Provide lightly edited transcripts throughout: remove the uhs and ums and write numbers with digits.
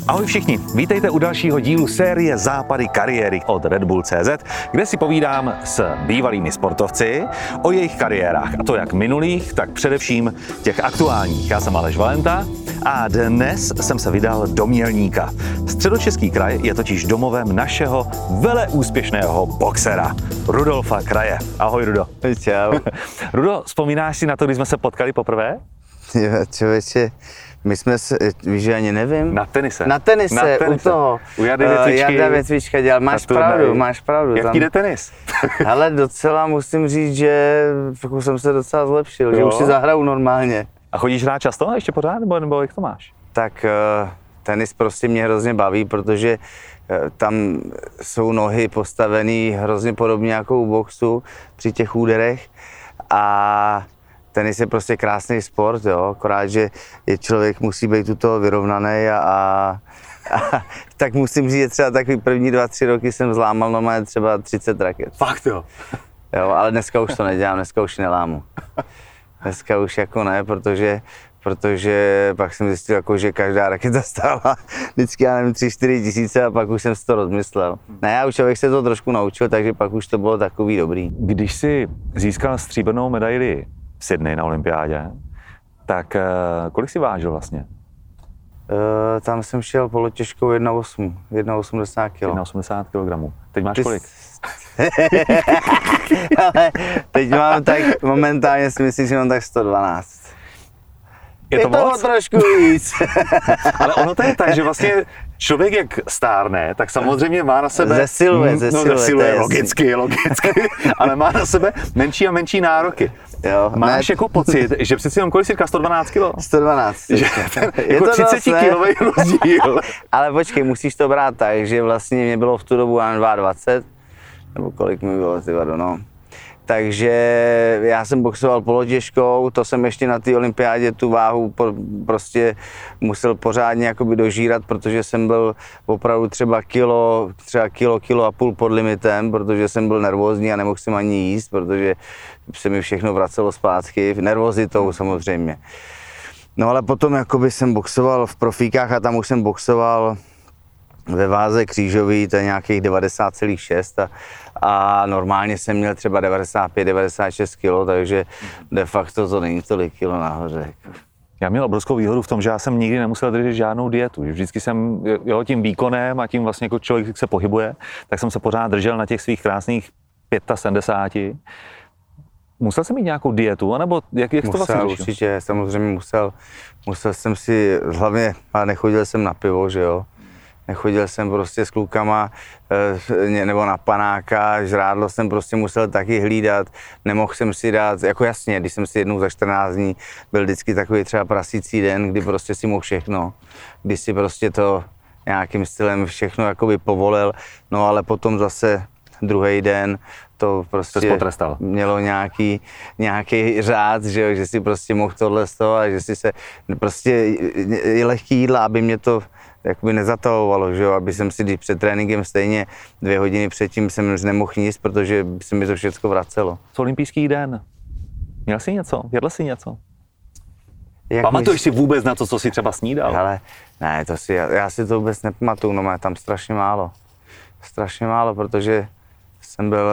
Ahoj všichni, vítejte u dalšího dílu série Západy kariéry od Red Bull.cz, kde si povídám s bývalými sportovci o jejich kariérách, a to jak minulých, tak především těch aktuálních. Já jsem Aleš Valenta a dnes jsem se vydal do Mělníka. Středočeský kraj je totiž domovem našeho veleúspěšného boxera Rudolfa Kraje. Ahoj Rudo. Čau. Rudo, vzpomínáš si na to, když jsme se potkali poprvé? Jo, člověče, my jsme se, víš, že ani nevím. Na tenise. Na tenise, u toho. U Jarda Větvička dělal, máš pravdu. Jak ti jde tenis? Ale docela musím říct, že jsem se docela zlepšil, jo. Že už si zahraju normálně. A chodíš hrát často ještě pořád, nebo jak to máš? Tak tenis prostě mě hrozně baví, protože tam jsou nohy postavený hrozně podobně jako u boxu při těch úderech a tenis je prostě krásný sport, jo, akorát, že člověk musí být u toho vyrovnaný a tak musím říct, že třeba takový první 2-3 roky jsem zlámal normálně třeba 30 raket. Fakt jo? Jo, ale dneska už to nedělám, dneska už nelámu. Dneska už jako ne, protože pak jsem zjistil, jako, že každá raketa stála vždycky, já nevím, 3-4 tisíce a pak už jsem si to rozmyslel. Ne, já už člověk se to trošku naučil, takže pak už to bylo takový dobrý. Když jsi získal stříbrnou medaili v Sydney na olympiádě, tak kolik jsi vážil vlastně? Tam jsem šel polotěžkou 1,80 kg. 1,80 kg. Teď máš kolik? Ale teď mám tak, momentálně si myslím, že mám tak 112. Je to moc? Trošku víc. Ale ono to je tak, že vlastně člověk jak stárne, tak samozřejmě má na sebe... Zesiluje, logicky, ale má na sebe menší a menší nároky. Jo, máš jako pocit, že přeci jenom kolik si říká 112 kg? 112. Že jako 30 kilový rozdíl. Ale počkej, musíš to brát tak, že vlastně mě bylo v tu dobu 22, nebo kolik mi bylo, no. Takže já jsem boxoval polotěžkou, to jsem ještě na té olympiádě tu váhu prostě musel pořádně jakoby dožírat, protože jsem byl opravdu třeba kilo a půl pod limitem, protože jsem byl nervózní a nemohl jsem ani jíst, protože se mi všechno vracelo zpátky, nervozitou samozřejmě. No ale potom jakoby jsem boxoval v profíkách a tam už jsem boxoval ve váze křížový, to je nějakých 90,6 a normálně jsem měl třeba 95-96 kg, takže de facto to není tolik kilo nahoře. Já měl obrovskou výhodu v tom, že já jsem nikdy nemusel držet žádnou dietu. Vždycky jsem tím výkonem a tím vlastně jako člověk se pohybuje, tak jsem se pořád držel na těch svých krásných 75. Musel jsem mít nějakou dietu, anebo jak to vlastně řešil? Určitě, samozřejmě musel. Musel jsem si, hlavně, a nechodil jsem na pivo, že jo. Nechodil jsem prostě s klukama nebo na panáka, žrádlo jsem prostě musel taky hlídat, nemohl jsem si dát, jako jasně, když jsem si jednou za 14 dní byl vždycky takový třeba prasící den, kdy prostě si mohl všechno, kdy si prostě to nějakým stylem všechno jakoby povolil, no ale potom zase druhý den to prostě mělo nějaký řád, že si prostě mohl tohle z toho a že si se prostě lehký jídla, aby mě to jakoby nezatahovalo, že jo, aby jsem si před tréninkem stejně 2 hodiny předtím jsem nemohl jíst, protože se mi to všechno vracelo. Olympijský den. Měl jsi něco? Jedl jsi něco? Pamatuješ si vůbec na to, co jsi třeba snídal? Ale ne, já si to vůbec nepamatuju, no má tam strašně málo. Strašně málo, protože jsem byl,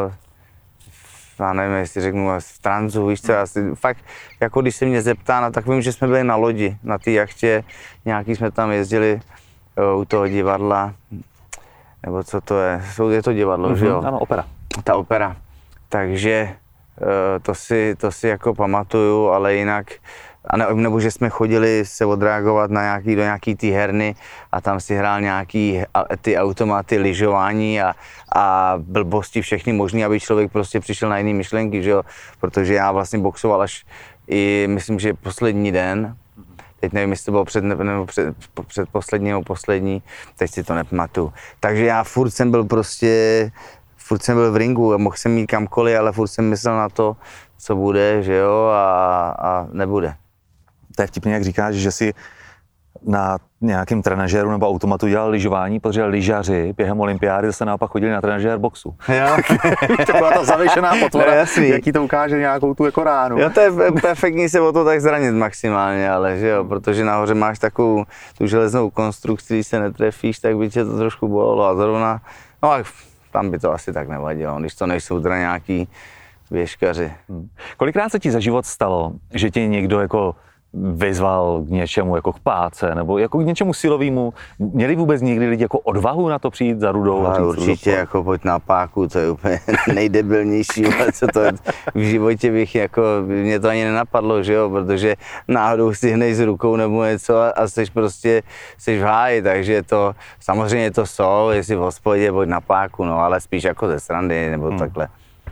já nevím, jestli řeknu, v tranzu, víš co, fakt, jako když se mě zeptá, no, tak vím, že jsme byli na lodi, na té jachtě, nějaký jsme tam jezdili u toho divadla, nebo co to je to divadlo, že jo? Ano, opera. Ta opera, takže to si jako pamatuju, ale jinak, nebo že jsme chodili se odreagovat na do nějaký ty herny a tam si hrál nějaký ty automaty, lyžování a blbosti všechny možný, aby člověk prostě přišel na jiný myšlenky, že jo, protože já vlastně boxoval až i, myslím, že poslední den, teď nevím, jestli to bylo předposlední nebo poslední, teď si to nepamatuju. Takže já furt jsem byl v ringu a mohl jsem jít kamkoliv, ale furt jsem myslel na to, co bude, že jo, a nebude. To je vtipně, jak říkáš, že jsi na nějakém trenažéru nebo automatu dělal lyžování, protože lyžaři během olympiády zase naopak chodili na trenažér boxu. Taková ta zavěšená potvora, jaký to ukáže nějakou tu jako ránu. Jo, to je perfektní se o to tak zranit maximálně, ale že jo, protože nahoře máš takovou tu železnou konstrukci, když se netrefíš, tak by tě to trošku bolelo a zrovna, no a tam by to asi tak nevadilo, když to nejsou teda nějaký běžkaři. Kolikrát se ti za život stalo, že tě někdo jako vyzval k něčemu jako k páce nebo jako k něčemu silovému? Měli vůbec někdy lidi jako odvahu na to přijít za Rudou? Ale určitě jako pojď na páku, to je úplně nejdebilnější, co to v životě bych jako, mě to ani nenapadlo, že jo, protože náhodou si hneš s rukou nebo něco a jsi v háji, takže to, samozřejmě to jsou, jestli v hospodě, pojď na páku, no, ale spíš jako ze srandy nebo takhle.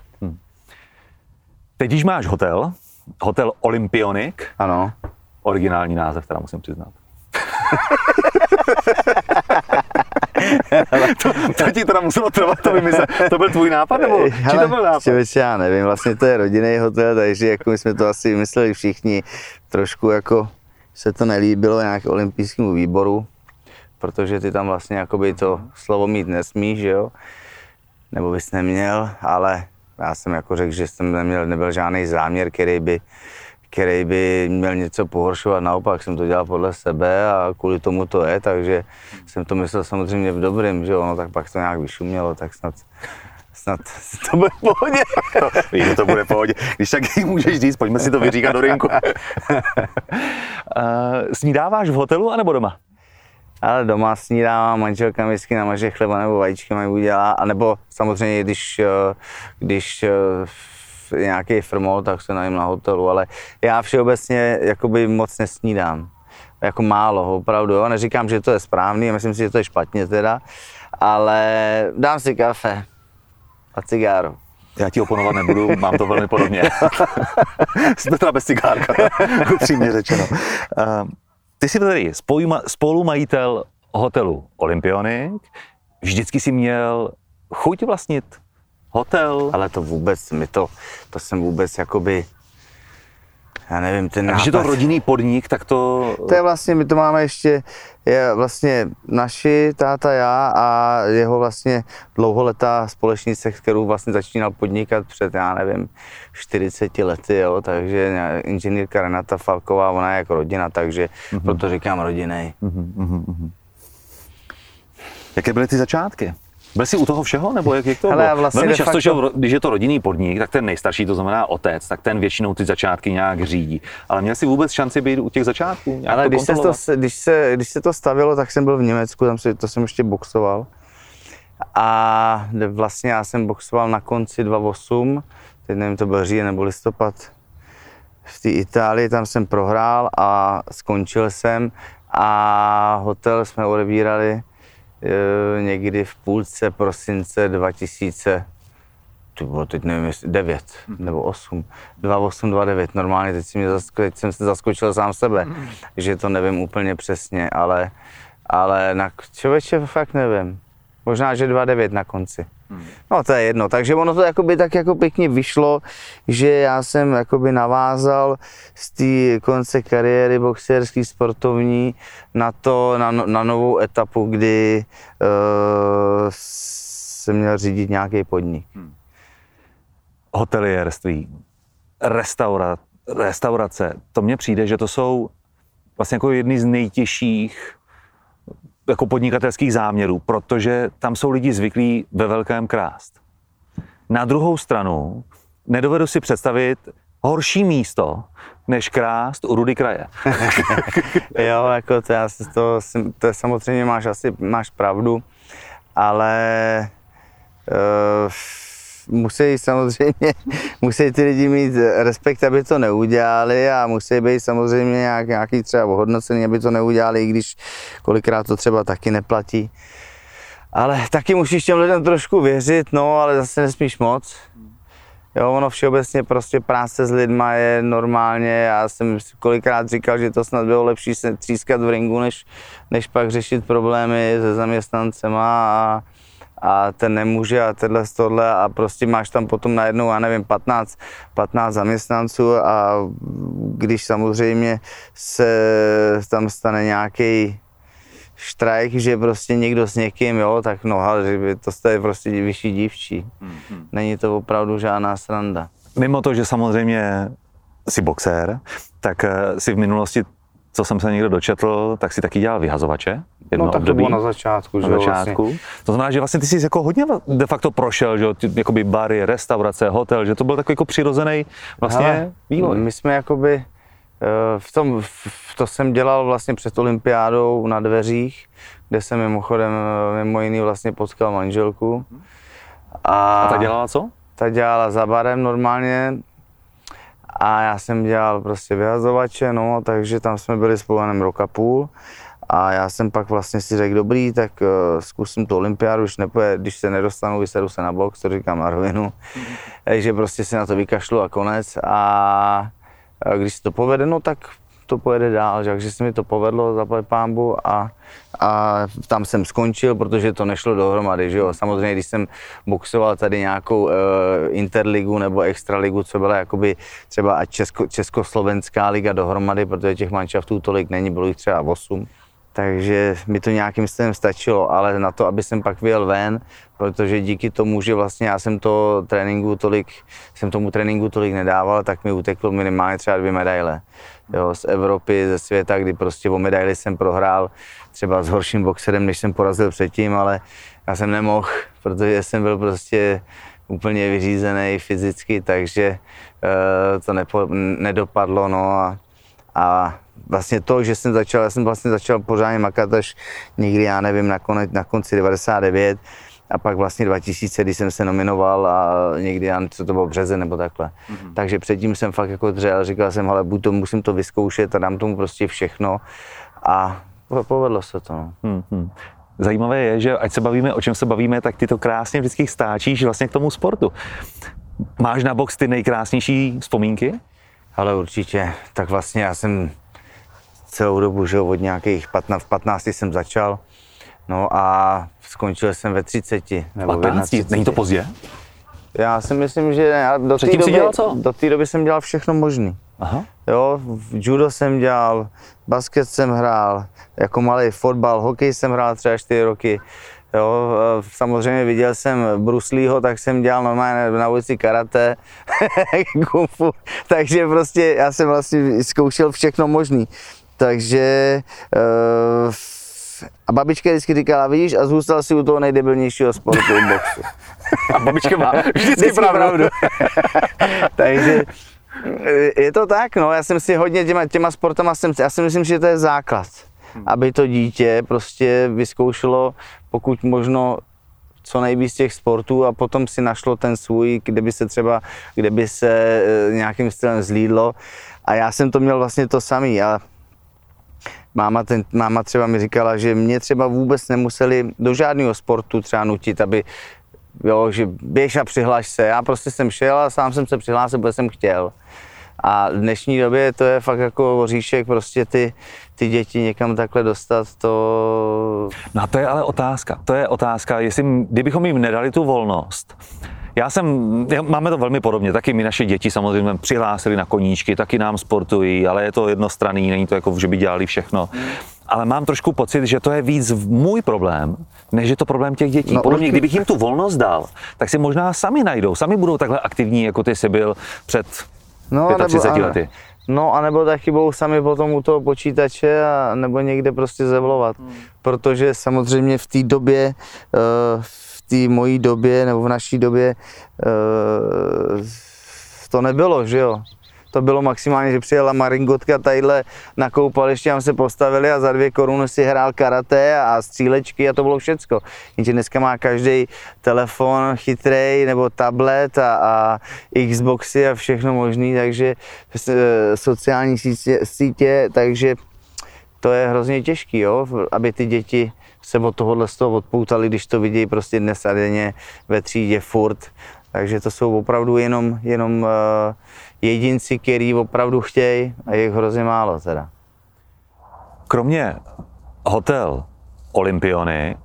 Teď, když máš hotel Olympionik. Ano. Originální název, teda musím přiznat. to ti teda muselo trvat to vymyslet. To byl tvůj nápad, nebo či to byl nápad? Člověče, já nevím, vlastně to je rodinný hotel, takže jako my jsme to asi vymysleli všichni. Trošku jako se to nelíbilo nějak olympijskému výboru, protože ty tam vlastně jakoby to slovo mít nesmíš, že jo? Nebo bys neměl, ale já jsem jako řekl, že jsem nebyl žádný záměr, který by měl něco pohoršovat, naopak jsem to dělal podle sebe a kvůli tomu to je, takže jsem to myslel samozřejmě v dobrým, že jo, no tak pak to nějak vyšumělo, tak snad to bude v pohodě. To bude v pohodě. Když tak můžeš říct, pojďme si to vyříkat do rynku. Snídáváš v hotelu anebo doma? Ale doma snídávám, manželka vždycky namaže chleba nebo vajíčky mají udělá, anebo samozřejmě, když nějaký firmol, tak se najím na hotelu, ale já všeobecně jakoby moc nesnídám. Jako málo, opravdu, jo. Neříkám, že to je správný, myslím si, že to je špatně teda, ale dám si kafe a cigáro. Já ti oponovat nebudu, mám to velmi podobně. Jsme teda bez cigárka, upřímně řečeno. Ty jsi tedy spolumajitel hotelu Olympionik, vždycky jsi měl chuť vlastnit hotel? Ale to vůbec, to jsem vůbec jakoby, já nevím, ten nápad. Když je to rodinný podnik, tak to... To je vlastně, my to máme ještě, je vlastně naši táta, já a jeho vlastně dlouholetá společnice, kterou vlastně začínal podnikat před, já nevím, 40 lety, jo, takže inženýrka Renata Falková, ona je jako rodina, takže proto říkám rodinnej. Jaké byly ty začátky? Byl jsi u toho všeho, nebo jak to bylo? Vlastně velmi často, že když je to rodinný podnik, tak ten nejstarší, to znamená otec, tak ten většinou ty začátky nějak řídí. Ale měl jsi vůbec šanci být u těch začátků? Ale když se to stavilo, tak jsem byl v Německu, to jsem ještě boxoval. A vlastně já jsem boxoval na konci 2008, teď nevím, to byl říjen nebo listopad, v té Itálii, tam jsem prohrál a skončil jsem a hotel jsme odebírali někdy v půlce prosince 2000, to bylo teď nevím, 9 nebo 8, 2009, normálně teď jsem se zaskočil sám sebe, že to nevím úplně přesně, ale na člověče fakt nevím, možná, že 2009 na konci. No to je jedno, takže ono to jakoby tak jako pěkně vyšlo, že já jsem jakoby navázal z té konce kariéry boxerský, sportovní na novou etapu, kdy jsem měl řídit nějaký podnik. Hotelierství, restaurace, to mně přijde, že to jsou vlastně jako jedny z nejtěžších jako podnikatelských záměrů, protože tam jsou lidi zvyklí ve velkém krást. Na druhou stranu nedovedu si představit horší místo, než krást u Rudy Kraje. Jo, jako to samozřejmě máš pravdu, ale musí ty lidi mít respekt, aby to neudělali a musí být samozřejmě nějaký třeba ohodnocení, aby to neudělali, i když kolikrát to třeba taky neplatí. Ale taky musíš těm lidem trošku věřit, no, ale zase nesmíš moc. Jo, ono všeobecně prostě práce s lidma je normálně, já jsem kolikrát říkal, že to snad bylo lepší se třískat v ringu, než pak řešit problémy se zaměstnancema a ten nemůže a tohle a prostě máš tam potom najednou, já nevím, 15 zaměstnanců a když samozřejmě se tam stane nějaký štrajk, že prostě někdo s někým, jo, tak no, ale to je prostě vyšší dívčí. Není to opravdu žádná sranda. Mimo to, že samozřejmě jsi boxér, tak si v minulosti, co jsem se někdo dočetl, tak si taky dělal vyhazovače. No tak to bylo na začátku, že začátku. Vlastně. To znamená, že vlastně ty jsi jako hodně de facto prošel, že jakoby bary, restaurace, hotel, že to byl takový jako přirozený vlastně vývoj. My jsme jakoby to jsem dělal vlastně před olympiádou na dveřích, kde jsem mimochodem mimo jiný vlastně potkal manželku. A ta dělala co? Ta dělala za barem normálně a já jsem dělal prostě vyhazovače, no, takže tam jsme byli spolu jenom rok a půl. A já jsem pak vlastně si řekl, dobrý, tak zkusím tu olympiádu, když se nedostanu, vysedu se na box, to říkám na rovinu. Takže prostě si na to vykašlu a konec. A když se to povede, no tak to pojede dál, takže se mi to povedlo, zaplať pánbu a tam jsem skončil, protože to nešlo dohromady, že jo. Samozřejmě, když jsem boxoval tady nějakou interligu nebo extraligu, co byla jakoby třeba československá liga dohromady, protože těch manšaftů tolik není, bylo jich třeba 8. Takže mi to nějakým stylem stačilo, ale na to, aby jsem pak vyjel ven, protože díky tomu, že vlastně já jsem tomu tréninku tolik nedával, tak mi uteklo minimálně třeba 2 medaile. Jo, z Evropy, ze světa, kdy prostě o medaili jsem prohrál třeba s horším boxerem, než jsem porazil předtím, ale já jsem nemohl, protože jsem byl prostě úplně vyřízený fyzicky, takže to nedopadlo, no a vlastně to, že já jsem vlastně začal pořádně makat až někdy, já nevím, na konci 99 a pak vlastně 2000, když jsem se nominoval a někdy, co to bylo březen nebo takhle. Takže předtím jsem fakt jako dřel, říkal jsem, hele, musím to vyzkoušet a dám tomu prostě všechno a povedlo se to. No. Zajímavé je, že ať se bavíme, o čem se bavíme, tak ty to krásně vždycky stáčíš vlastně k tomu sportu. Máš na box ty nejkrásnější vzpomínky? Ale určitě, tak vlastně já jsem celou dobu, že od nějakých 15 jsem začal, no a skončil jsem ve 30. Nebo 15? Není to pozdě? Já si myslím, že ne. Do té doby jsem dělal všechno možný. Aha. Jo, v judo jsem dělal, basket jsem hrál, jako malý fotbal, hokej jsem hrál třeba 4 roky. Jo, samozřejmě viděl jsem Bruce Leeho, tak jsem dělal normálně na ulici karate, kung fu, takže prostě já jsem vlastně zkoušel všechno možný. Takže a babička vždycky říkala, vidíš, a zůstal si u toho nejdebilnějšího sportu boxu. A babička má vždycky pravdu. Takže je to tak, no, já jsem si hodně těma sportama, já si myslím, že to je základ, aby to dítě prostě vyzkoušelo pokud možno co nejvíc těch sportů a potom si našlo ten svůj, kde by se nějakým stylem zlídlo. A já jsem to měl vlastně to samý. Máma třeba mi říkala, že mě třeba vůbec nemuseli do žádného sportu třeba nutit, aby, jo, že běž a přihlaš se. Já prostě jsem šel a sám jsem se přihlásil, protože jsem chtěl. A v dnešní době to je fakt jako oříšek, prostě ty děti někam takhle dostat, to... No a to je ale otázka, kdybychom jim nedali tu volnost. Máme to velmi podobně, taky my naše děti samozřejmě přihlásili na koníčky, taky nám sportují, ale je to jednostranný, není to jako, že by dělali všechno. Ale mám trošku pocit, že to je víc můj problém, než je to problém těch dětí. No, podobně, kdybych jim tu volnost dal, tak si možná sami budou takhle aktivní, jako ty jsi byl před 35 lety. No a nebo taky budou sami potom u toho počítače a nebo někde prostě zevlovat. Protože samozřejmě v té době, v té mojí době nebo v naší době to nebylo, že jo. To bylo maximálně, že přijela maringotka tadyhle na koupaliště, tam se postavili a za 2 koruny si hrál karate a střílečky a to bylo všecko. Jenže dneska má každý telefon chytrej nebo tablet a Xboxy a všechno možný, takže sociální sítě, takže to je hrozně těžký, jo, aby ty děti se od tohohle z toho odpoutali, když to vidějí prostě dnes a denně ve třídě furt. Takže to jsou opravdu jenom jedinci, který opravdu chtějí a je jich hrozně málo teda. Kromě hotel Olympionik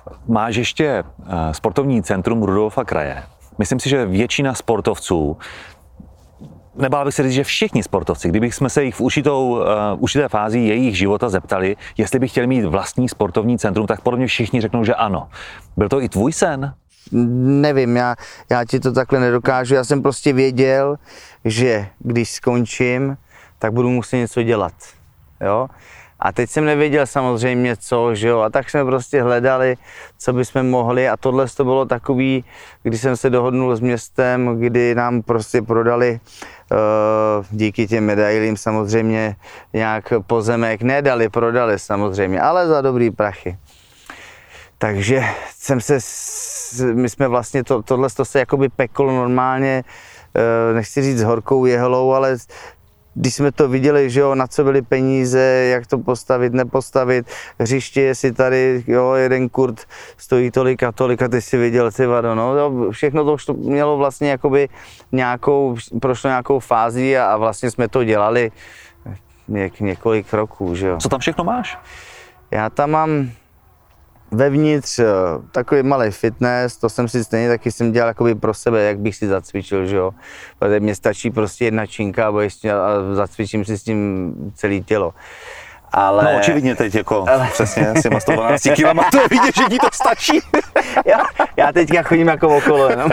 Máš ještě sportovní centrum Rudolfa Kraje. Myslím si, že většina sportovců, nebál bych se říct, že všichni sportovci, kdybychom se jich v určité fázi jejich života zeptali, jestli by chtěli mít vlastní sportovní centrum, tak podle mě všichni řeknou, že ano. Byl to i tvůj sen? Nevím, já ti to takhle nedokážu. Já jsem prostě věděl, že když skončím, tak budu muset něco dělat. Jo? A teď jsem nevěděl samozřejmě co, že jo, a tak jsme prostě hledali, co bychom mohli a tohle to bylo takový, když jsem se dohodnul s městem, kdy nám prostě prodali díky těm medailím samozřejmě nějak pozemek, prodali samozřejmě, ale za dobrý prachy. Takže my jsme vlastně tohle se jakoby peklo normálně, nechci říct s horkou jehlou, ale když jsme to viděli, že jo, na co byly peníze, jak to postavit, nepostavit, hřiště, jestli tady, jo, jeden kurt stojí tolik a ty si viděl, ty vado, no, všechno to už mělo vlastně jakoby prošlo nějakou fází a vlastně jsme to dělali několik roků, že jo. Co tam všechno máš? Já tam mám vevnitř takový malý fitness, to jsem si stejně taky jsem dělal jakoby pro sebe, jak bych si zacvičil, že jo. Protože mně stačí prostě jedna činka a zacvičím si s tím celé tělo. Ale... No očividně teď jako přesně s těma 112 kilama, to je vidět, že ti to stačí. Já teďka chodím jako okolo jenom.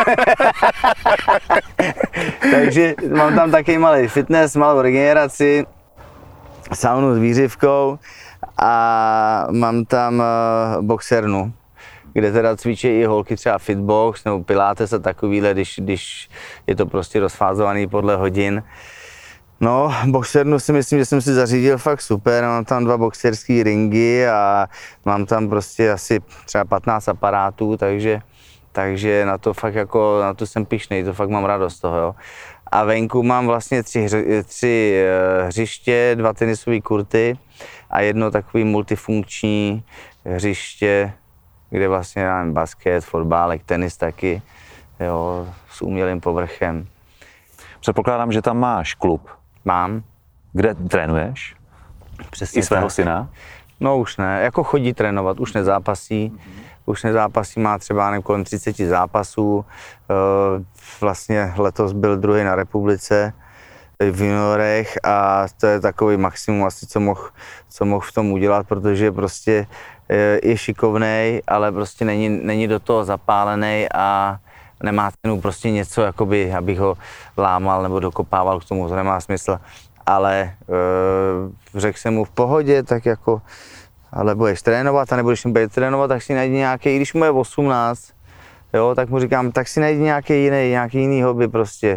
Takže mám tam takový malý fitness, malou regeneraci, saunu s výřivkou a mám tam boxernu, kde teda cvičí i holky třeba fitbox nebo pilates a takovýhle, když je to prostě rozfázovaný podle hodin. No, boxernu si myslím, že jsem si zařídil fakt super, mám tam 2 boxerský ringy a mám tam prostě asi třeba 15 aparátů, takže na to fakt jako, na to jsem pyšnej, to fakt mám radost toho, jo. A venku mám vlastně 3 hřiště, 2 tenisové kurty a jedno takový multifunkční hřiště, kde vlastně mám basket, fotbálek, tenis taky, jo, s umělým povrchem. Předpokládám, že tam máš klub. Mám. Kde trénuješ? Přesně i svého tak. syna? No už ne, jako chodí trénovat, už nezápasí. Už nezápasí, má třeba kolem 30 zápasů. Vlastně letos byl 2. na republice v juniorech a to je takový maximum asi, co mohl v tom udělat, protože prostě je šikovnej, ale prostě není do toho zapálený a nemá cenu prostě něco, jakoby, abych ho lámal nebo dokopával k tomu, to nemá smysl. Ale řekl jsem mu v pohodě, tak jako, ale budeš trénovat a nebudeš mu být trénovat, tak si najdi nějaký, když mu je 18, jo, tak mu říkám, tak si najdi nějaký jiný hobby prostě.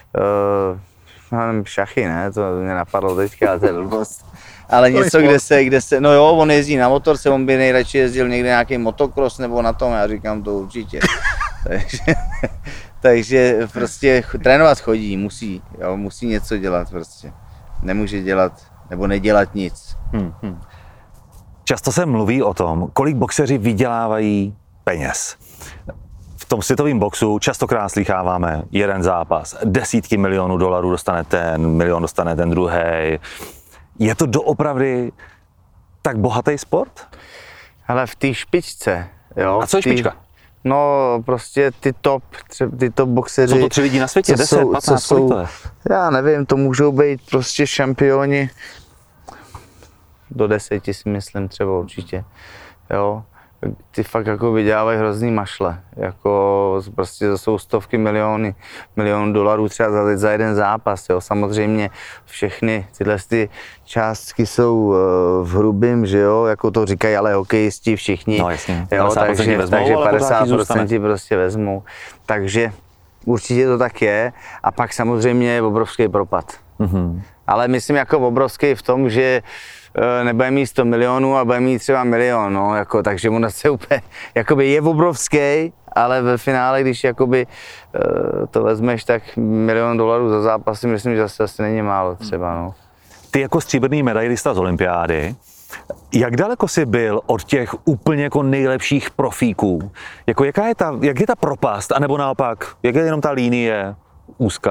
Šachy, ne, to mě napadlo teďka, to je blbost. Ale něco, kde se, no jo, on jezdí na motorce, on by nejradši jezdil někde nějaký motocross nebo na tom, já říkám to určitě. takže prostě trénovat chodí, musí něco dělat prostě. Nemůže dělat nebo nedělat nic. Často se mluví o tom, kolik boxeři vydělávají peněz. V tom světovém boxu častokrát slýcháváme jeden zápas, desítky milionů dolarů dostane ten, milion dostane ten druhý. Je to doopravdy tak bohatý sport? Ale v té špičce, jo. A co je špička? No prostě ty top boxeři. Jsou to 3 lidi na světě, 10, 15, kolik to je? Já nevím, to můžou být prostě šampioni do 10 si myslím třeba určitě, jo. Ty fakt jako vydělávají hrozný mašle, jako prostě to jsou stovky milionů dolarů třeba za jeden zápas, jo. Samozřejmě všechny tyhle částky jsou v hrubým, že jo, jako to říkají ale hokejisti všichni, no, jasně. Jo, takže 50% prostě vezmou, takže určitě to tak je a pak samozřejmě je obrovský propad. Ale myslím jako obrovský v tom, že nebude mít 100 milionů a bude mít třeba milion, no, jako, takže ono se úplně, jakoby je obrovský, ale ve finále, když jakoby to vezmeš, tak $1 milion za zápas si myslím, že asi není málo třeba, no. Ty jako stříbrný medailista z olympiády, jak daleko jsi byl od těch úplně jako nejlepších profíků? Jako jak je ta propast, anebo naopak, jak je jenom ta linie úzká?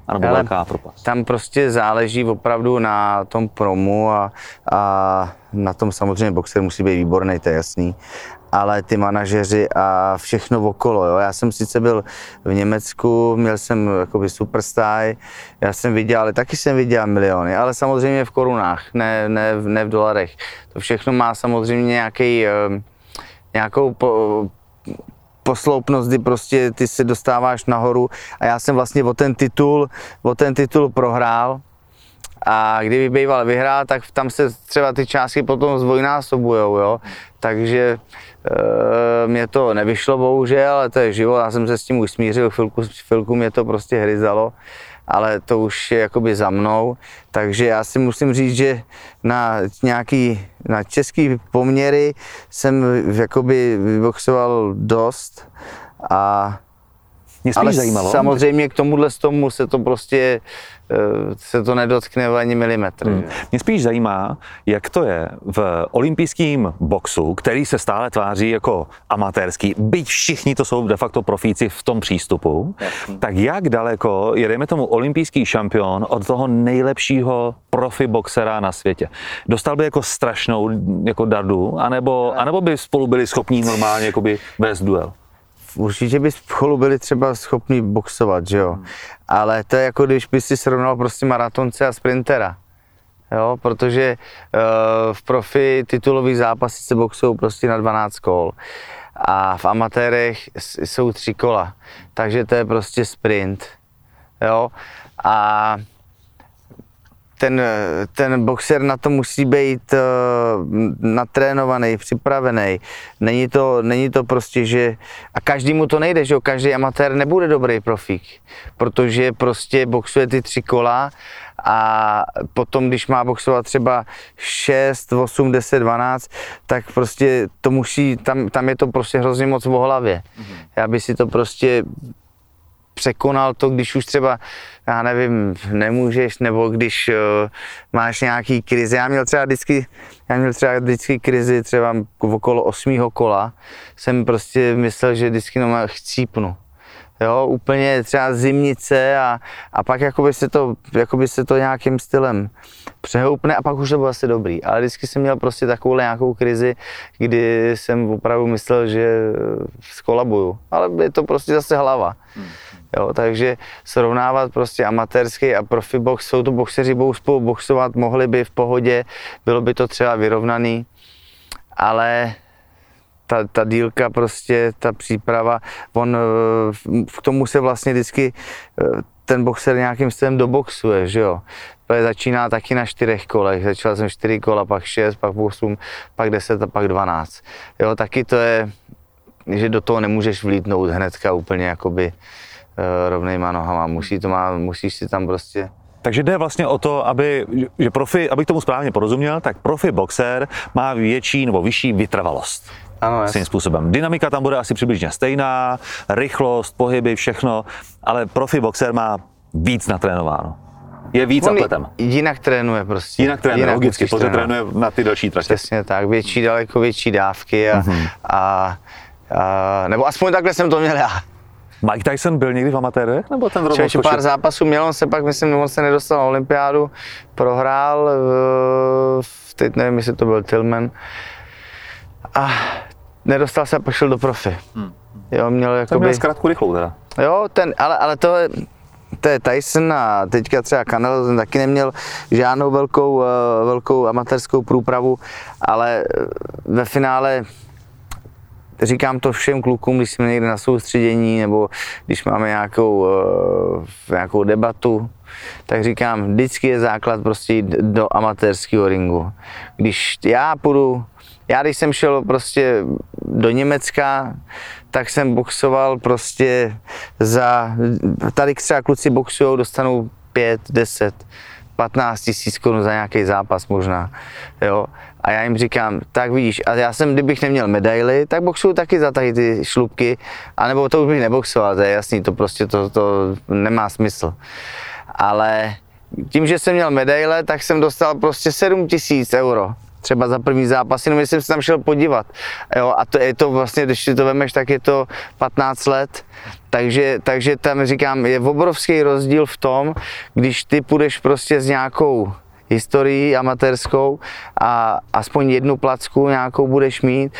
anebo velká propast? Tam prostě záleží opravdu na tom promu a na tom samozřejmě boxer musí být výborný, to je jasný. Ale ty manažeři a všechno okolo, jo. Já jsem sice byl v Německu, měl jsem jakoby superstar, já jsem viděl, ale taky jsem viděl miliony, ale samozřejmě v korunách, ne v dolarech. To všechno má samozřejmě nějakou posloupnost, kdy prostě ty se dostáváš nahoru a já jsem vlastně o ten titul prohrál. A kdyby býval vyhrál, tak tam se třeba ty částky potom zdvojnásobujou, jo. Takže mě to nevyšlo bohužel, ale to je život, já jsem se s tím už smířil, chvilku mě to prostě hryzalo, ale to už je jakoby za mnou. Takže já si musím říct, že na český poměry jsem jakoby vyboxoval dost a Mě spíš zajímalo. Samozřejmě k tomu se to prostě se to nedotkne ani milimetr. Mě spíš zajímá, jak to je v olympijském boxu, který se stále tváří jako amatérský, byť všichni to jsou de facto profíci v tom přístupu, tak jak daleko je, dejme tomu, olympijský šampion od toho nejlepšího profi boxera na světě? Dostal by jako strašnou jako dardu, anebo by spolu byli schopní normálně jakoby vést duel? Určitě by spolu byli třeba schopni boxovat, že jo. Ale to je jako když by si srovnal prostě maratonce a sprintera. Jo, protože v profi titulových zápasy se boxují prostě na 12 kol. A v amatérech jsou 3 kola. Takže to je prostě sprint. Jo. A ten boxer na to musí být natrénovaný, připravený. Není to prostě, že... A každému to nejde, že jo? Každý amatér nebude dobrý profík, protože prostě boxuje ty 3 kola a potom, když má boxovat třeba 6, 8, 10, 12, tak prostě to musí, tam je to prostě hrozně moc o hlavě. Já by si to prostě překonal to, když už třeba, já nevím, nemůžeš, nebo když máš nějaký krizi. Já měl třeba vždycky krizi, třeba okolo 8. kola, jsem prostě myslel, že vždycky chcípnu. Jo, úplně třeba zimnice a pak jakoby se to nějakým stylem přehoupne a pak už to bylo asi dobrý. Ale vždycky jsem měl prostě takovou nějakou krizi, kdy jsem opravdu myslel, že skolabuju. Ale je to prostě zase hlava. Jo, takže srovnávat prostě amatérský a profi box, jsou to boxeři, budou spolu boxovat, mohli by v pohodě, bylo by to třeba vyrovnaný, ale ta dílka prostě, ta příprava, k tomu se vlastně vždycky ten boxer nějakým stylem doboxuje, že jo. Začíná taky na 4 kolech, začal jsem 4 kola, pak 6, pak 8, pak 10 a pak 12. Jo, taky to je, že do toho nemůžeš vlítnout hnedka úplně jakoby rovnejma nohama, musíš si tam prostě... Takže jde vlastně o to, abych tomu správně porozuměl, tak profi boxer má větší nebo vyšší vytrvalost. Ano, svým způsobem. Dynamika tam bude asi přibližně stejná, rychlost, pohyby, všechno, ale profi boxer má víc natrénováno. Je víc atletem. Jinak trénuje prostě. Jinak trénuje, logicky, protože trénuje na ty další tratě. Přesně tak, daleko větší dávky nebo aspoň takhle jsem to měl já. Mike Tyson byl někdy v amatérech, nebo ten rovnou skočil? Pár zápasů měl, on se pak, myslím, on se nedostal na olympiádu, prohrál, teď nevím, jestli to byl Tillman, a nedostal se a pak šel do profi. Jo, měl zkrátku rychlou teda. Jo, ale to je Tyson a teďka třeba Canelo, ten taky neměl žádnou velkou amatérskou průpravu, ale ve finále říkám to všem klukům, když jsme někde na soustředění nebo když máme nějakou debatu, tak říkám, vždycky je základ prostě jít do amatérského ringu. Když jsem šel prostě do Německa, tak jsem boxoval prostě tady třeba kluci boxujou, dostanou 5, 10, 15 tisíc korun za nějaký zápas možná, jo. A já jim říkám, tak vidíš, a já kdybych neměl medaily, tak boxuju taky za tady ty šlupky, anebo to už bych neboxoval, to je jasný, to prostě to nemá smysl. Ale tím, že jsem měl medaile, tak jsem dostal prostě 7 000 euro třeba za první zápas, jenom jsem se tam šel podívat. Jo, a to je to vlastně, když si to vemeš, tak je to 15 let. Takže tam říkám, je obrovský rozdíl v tom, když ty půjdeš prostě s nějakou historií amatérskou a aspoň jednu placku nějakou budeš mít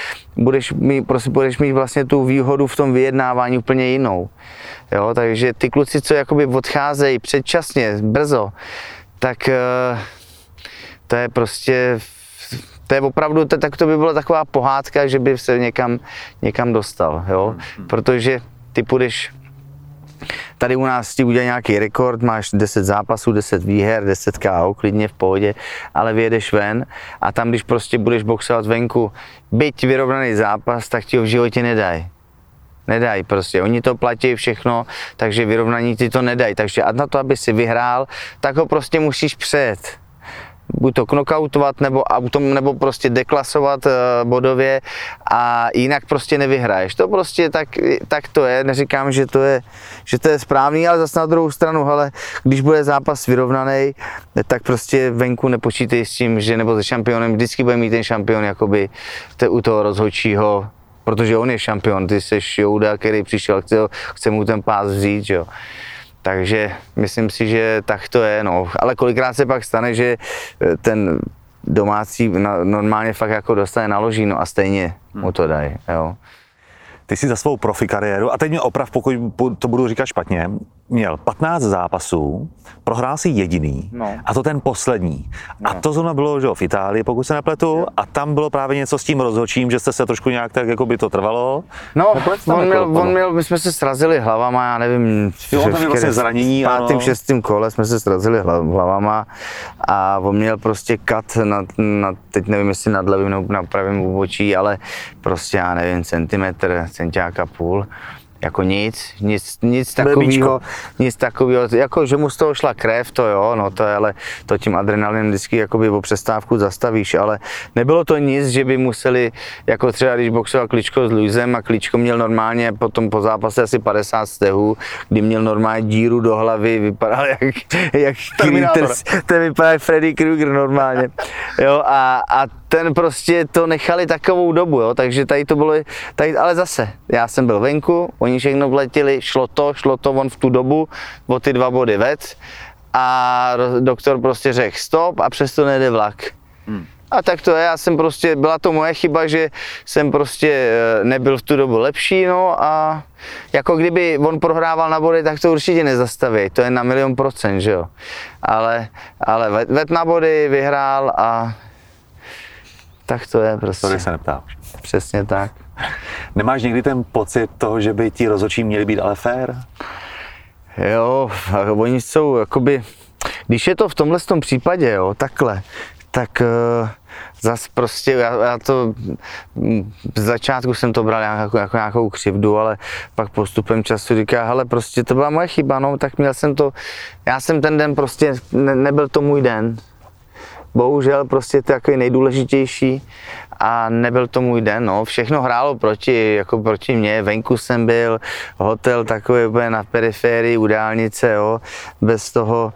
vlastně tu výhodu v tom vyjednávání úplně jinou. Jo, takže ty kluci, co jakoby odcházejí předčasně, brzo, tak to je prostě, to je opravdu, tak to by byla taková pohádka, že by se někam dostal, jo, protože ty půjdeš, tady u nás ti udělá nějaký rekord, máš 10 zápasů, 10 výher, 10 KO, klidně v pohodě, ale vyjedeš ven a tam, když prostě budeš boxovat venku, byť vyrovnaný zápas, tak ti ho v životě nedají prostě, oni to platí všechno, takže vyrovnaní ti to nedají, takže a na to, aby si vyhrál, tak ho prostě musíš přejet. Buď to knockoutovat, nebo prostě deklasovat bodově a jinak prostě nevyhraješ. To prostě tak to je, neříkám, že to je správný, ale zase na druhou stranu, hele, když bude zápas vyrovnaný, tak prostě venku nepočítej s tím, že nebo se šampionem, vždycky bude mít ten šampion jakoby u toho rozhodčího, protože on je šampion, ty seš Jouda, který přišel, chce mu ten pás vzít, jo. Takže myslím si, že tak to je, no. Ale kolikrát se pak stane, že ten domácí normálně fakt jako dostane naloží, no a stejně mu to dají, jo. Ty jsi za svou profi kariéru, a teď mě oprav, pokud to budu říkat špatně, měl 15 zápasů, prohrál si jediný, a to ten poslední. No. A to zrovna bylo, že v Itálii, pokud se nepletu, a tam bylo právě něco s tím rozhodčím, že jste se trošku nějak tak, jako by to trvalo. No, on měl, my jsme se srazili hlavama, já nevím, on tam vlastně zranění, v 5., 6. kole jsme se srazili hlavama a on měl prostě kat teď nevím, jestli nad levým nebo na pravém úbočí, ale prostě já nevím, centiáka půl. Jako nic takového, jako že mu z toho šla krev, to jo, no to je, ale to tím adrenalinem vždycky jakoby o přestávku zastavíš, ale nebylo to nic, že by museli, jako třeba když boxoval Kličko s Luisem a Kličko měl normálně potom po zápase asi 50 stehů, kdy měl normálně díru do hlavy, vypadal jak Terminátor. Ten vypadal jak Freddy Krueger normálně, jo, a ten prostě to nechali takovou dobu, jo, takže tady to bylo, ale zase, já jsem byl venku, oni všechno vletěli, šlo to, on v tu dobu o ty 2 body vec a doktor prostě řekl stop a přesto nejde vlak. A tak to je, já jsem prostě, byla to moje chyba, že jsem prostě nebyl v tu dobu lepší, no a jako kdyby on prohrával na body, tak to určitě nezastaví, to je na 100%, že jo. Ale vet na body, vyhrál a tak to je prostě. To se neptám. Přesně tak. Nemáš někdy ten pocit toho, že by ti rozhodčí měli být ale fair? Jo, oni jsou jakoby, když je to v tomhle případě, jo, takhle, tak zas prostě, já to, z začátku jsem to bral jako nějakou křivdu, ale pak postupem času říká, hele, prostě to byla moje chyba, no, tak měl jsem to, já jsem ten den prostě, nebyl to můj den. Bohužel prostě to je takový nejdůležitější a nebyl to můj den, no. Všechno hrálo proti mně, venku jsem byl, hotel takový úplně na periferii, u dálnice, jo, bez toho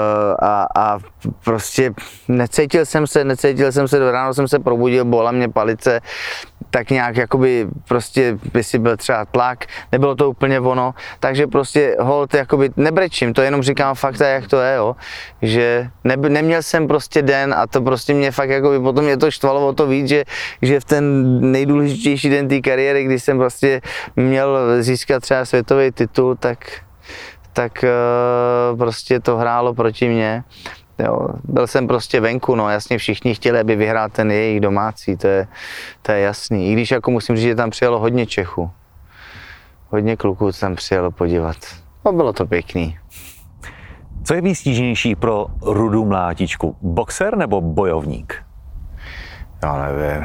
a prostě necítil jsem se, do ráno jsem se probudil, bola mě palice, tak nějak jakoby prostě, jestli byl třeba tlak, nebylo to úplně ono, takže prostě holt jakoby nebrečím, to jenom říkám fakta, jak to je, jo, že neměl jsem prostě den a to prostě mě fakt jakoby, potom mě to štvalo o to víc, že v ten nejdůležitější den té kariéry, kdy jsem prostě měl získat třeba světový titul, tak prostě to hrálo proti mně. Jo, byl jsem prostě venku, no jasně všichni chtěli, aby vyhrál ten jejich domácí, to je jasný. I když jako musím říct, že tam přijelo hodně Čechů. Hodně kluků tam přijelo podívat. No bylo to pěkný. Co je výstižnější pro Rudu Mlátičku? Boxer nebo bojovník? Já nevím.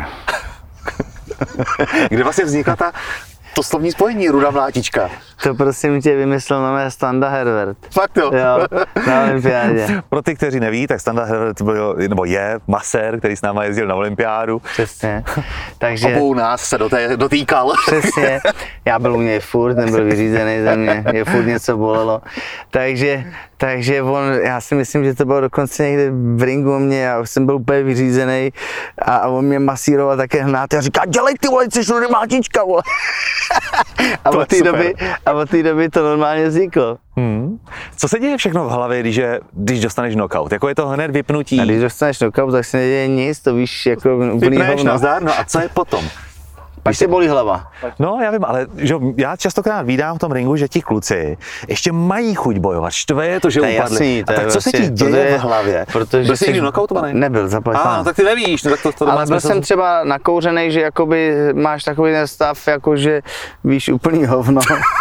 Kde vlastně vznikla to slovní spojení Ruda Mlátička? To prosím tě vymyslel na mé Standa Herbert. Fakt jo? Jo, na olympiádě. Pro ty, kteří neví, tak Standa Herbert je masér, který s náma jezdil na olympiádu. Přesně. Takže obou nás se dotýkal. Přesně. Já byl u něj furt, nebyl vyřízený ze mě, je furt něco bolelo. Takže takže já si myslím, že to bylo dokonce někde v ringu mě, já jsem byl úplně vyřízený a on mě masíroval také hnát a říká, dělej ty vole, jsi rymatička, vole. A od té doby to normálně vzniklo. Co se děje všechno v hlavě, když dostaneš knockout? Jako je to hned vypnutí? A když dostaneš knockout, tak se neděje nic, to víš, jako úplný hovno. Nazdar, no a co je potom? Pak se bolí hlava. No, já vím, ale že já častokrát vídám v tom ringu, že ti kluci ještě mají chuť bojovat, štve je to, že upadli. Jasný, a tak co se ti děje v hlavě? Byl jsi někdy knockoutovaný? Nebyl, zaplať pán. Tak ty nevíš. No, tak to ale byl jsem třeba nakouřenej, že jakoby máš takový ten stav, jakože víš úplný hovno.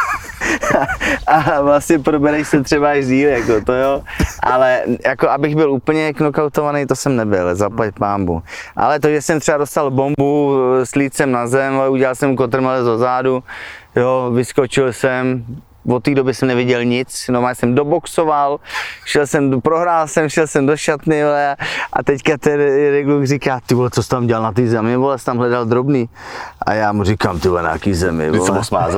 A vlastně probereš se třeba až díl, jako to jo, ale jako abych byl úplně knockoutovaný, to jsem nebyl, zaplať pánbu. Ale to, že jsem třeba dostal bombu s lícem na zem, udělal jsem kotrmelec do zádu, jo, vyskočil jsem, od té doby jsem neviděl nic, normálně jsem doboxoval, prohrál jsem, šel jsem do šatny, vole, a teďka ten Regluk říká, ty vole, co jsi tam dělal na té zemi, vole, jsi tam hledal drobný. A já mu říkám, ty vole, na jaký zemi, vole. Ty jsem ho smázl.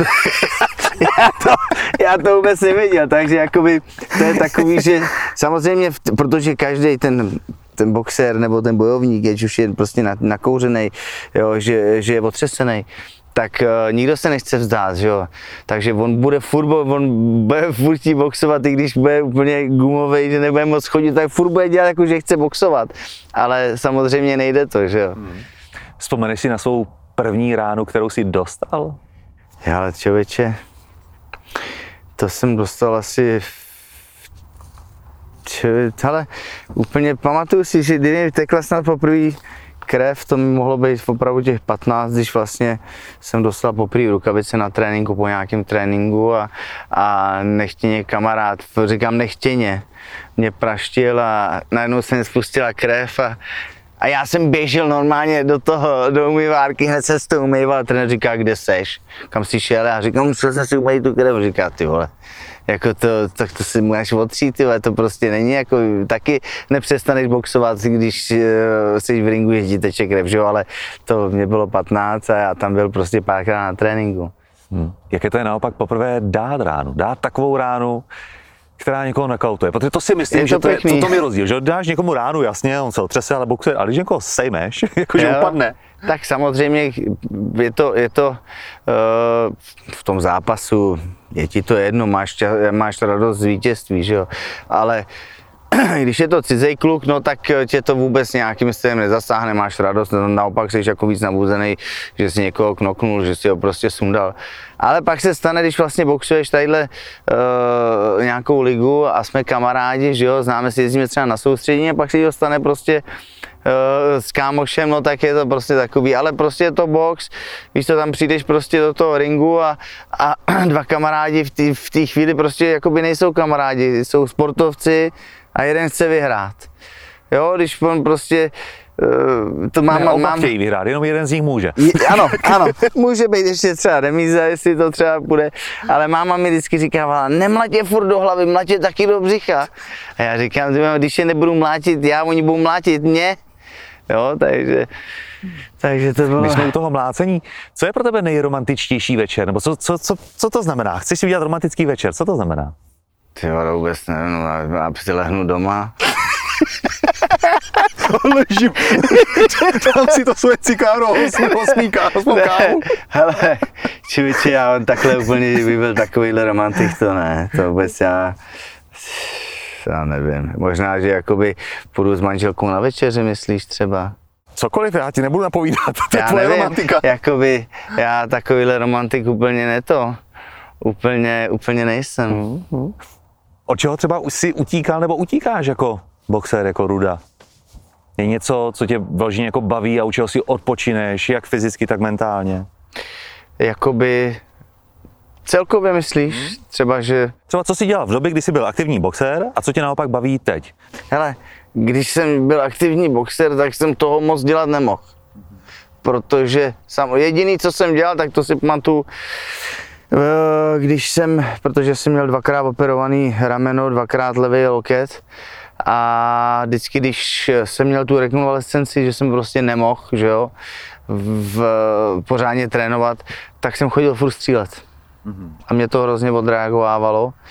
Já to vůbec nevěděl, takže jakoby to je takový, že samozřejmě, protože každý ten boxer nebo ten bojovník, ať už je prostě nakouřenej, jo, že je otřesený, tak nikdo se nechce vzdát, že jo. Takže on bude furt boxovat, i když bude úplně gumovej, že nebude moc chodit, tak furt bude dělat jako, že chce boxovat. Ale samozřejmě nejde to, že jo. Vzpomeneš si na svou první ránu, kterou jsi dostal? Ale člověče, to jsem dostal asi ale úplně pamatuju si, že kdy mi tekla snad poprvé krev, to mi mohlo být opravdu těch 15, když vlastně jsem dostal poprvé rukavice na tréninku, po nějakém tréninku a nechtěně kamarád, říkám nechtěně, mě praštil a najednou se mi spustila krev a já jsem běžel normálně do umývárky, hned se s tou umýval a trenér říká, kde seš, kam jsi šel, a říkám, musel jsem si umýt tu krev, říká, ty vole. Jako tak to si můžeš otřít, tyhle, to prostě není jako, taky nepřestaneš boxovat, když jsi v ringu, jezdí teče krev, že jo, ale to mě bylo 15 a já tam byl prostě párkrát na tréninku. Jaké to je naopak poprvé dát takovou ránu, která někoho nakautuje, protože to si myslím, že to je rozdíl, že dáš někomu ránu, jasně, on se otřese, ale boxuje, ale když někoho sejmeš, jakože upadne. Tak samozřejmě je to v tom zápasu, je ti to jedno, máš radost z vítězství, že jo, ale když je to cizej kluk, no tak tě to vůbec nějakým stylem nezasáhne, máš radost, naopak jsi jako víc nabuzený, že jsi někoho knoknul, že jsi ho prostě sundal. Ale pak se stane, když vlastně boxuješ tadyhle nějakou ligu a jsme kamarádi, že jo, známe si, jezdíme třeba na soustředění a pak se to stane prostě s kámošem, no tak je to prostě takový, ale prostě je to box, víš co, tam přijdeš prostě do toho ringu a dva kamarádi v té chvíli prostě jakoby nejsou kamarádi, jsou sportovci a jeden chce vyhrát. Jo, když on prostě to mám chtějí vyhrát, jenom jeden z nich může. Ano, může být ještě třeba remíza, jestli to třeba bude, ale máma mi vždycky říkávala, nemlať je furt do hlavy, mlať je taky do břicha. A já říkám, když je nebudu mlátit já, oni budou mlátit mě. Jo, takže to bylo. My jsme u toho mlácení. Co je pro tebe nejromantičtější večer? Nebo co to znamená? Chceš si udělat romantický večer, co to znamená? Ty vole, vůbec nevím, já si lehnu doma. Ležím, dám si to svoje cikáro, hosmou kávu. Hele, čiviči, já takhle úplně, kdyby byl takovýhle romantik, to ne, to vůbec já nevím. Možná, že jakoby půjdu s manželkou na večeři, myslíš třeba? Cokoliv, já ti nebudu napovídat, to je tvoje romantika. Jakoby, já takovýhle romantik úplně úplně nejsem. Od čeho třeba si utíkal nebo utíkáš jako boxer, jako Ruda? Je něco, co tě vloží jako baví a u čeho si odpočineš, jak fyzicky, tak mentálně? Jakoby celkově myslíš? Třeba co jsi dělal v době, kdy jsi byl aktivní boxer a co tě naopak baví teď? Hele, když jsem byl aktivní boxer, tak jsem toho moc dělat nemohl. Protože jediný, co jsem dělal, tak to si pamatuju, protože jsem měl 2krát operovaný rameno, 2krát levý loket a vždycky, když jsem měl tu rekonvalescenci, že jsem prostě nemohl, že jo, pořádně trénovat, tak jsem chodil furt střílet. A mě to hrozně odreagovávalo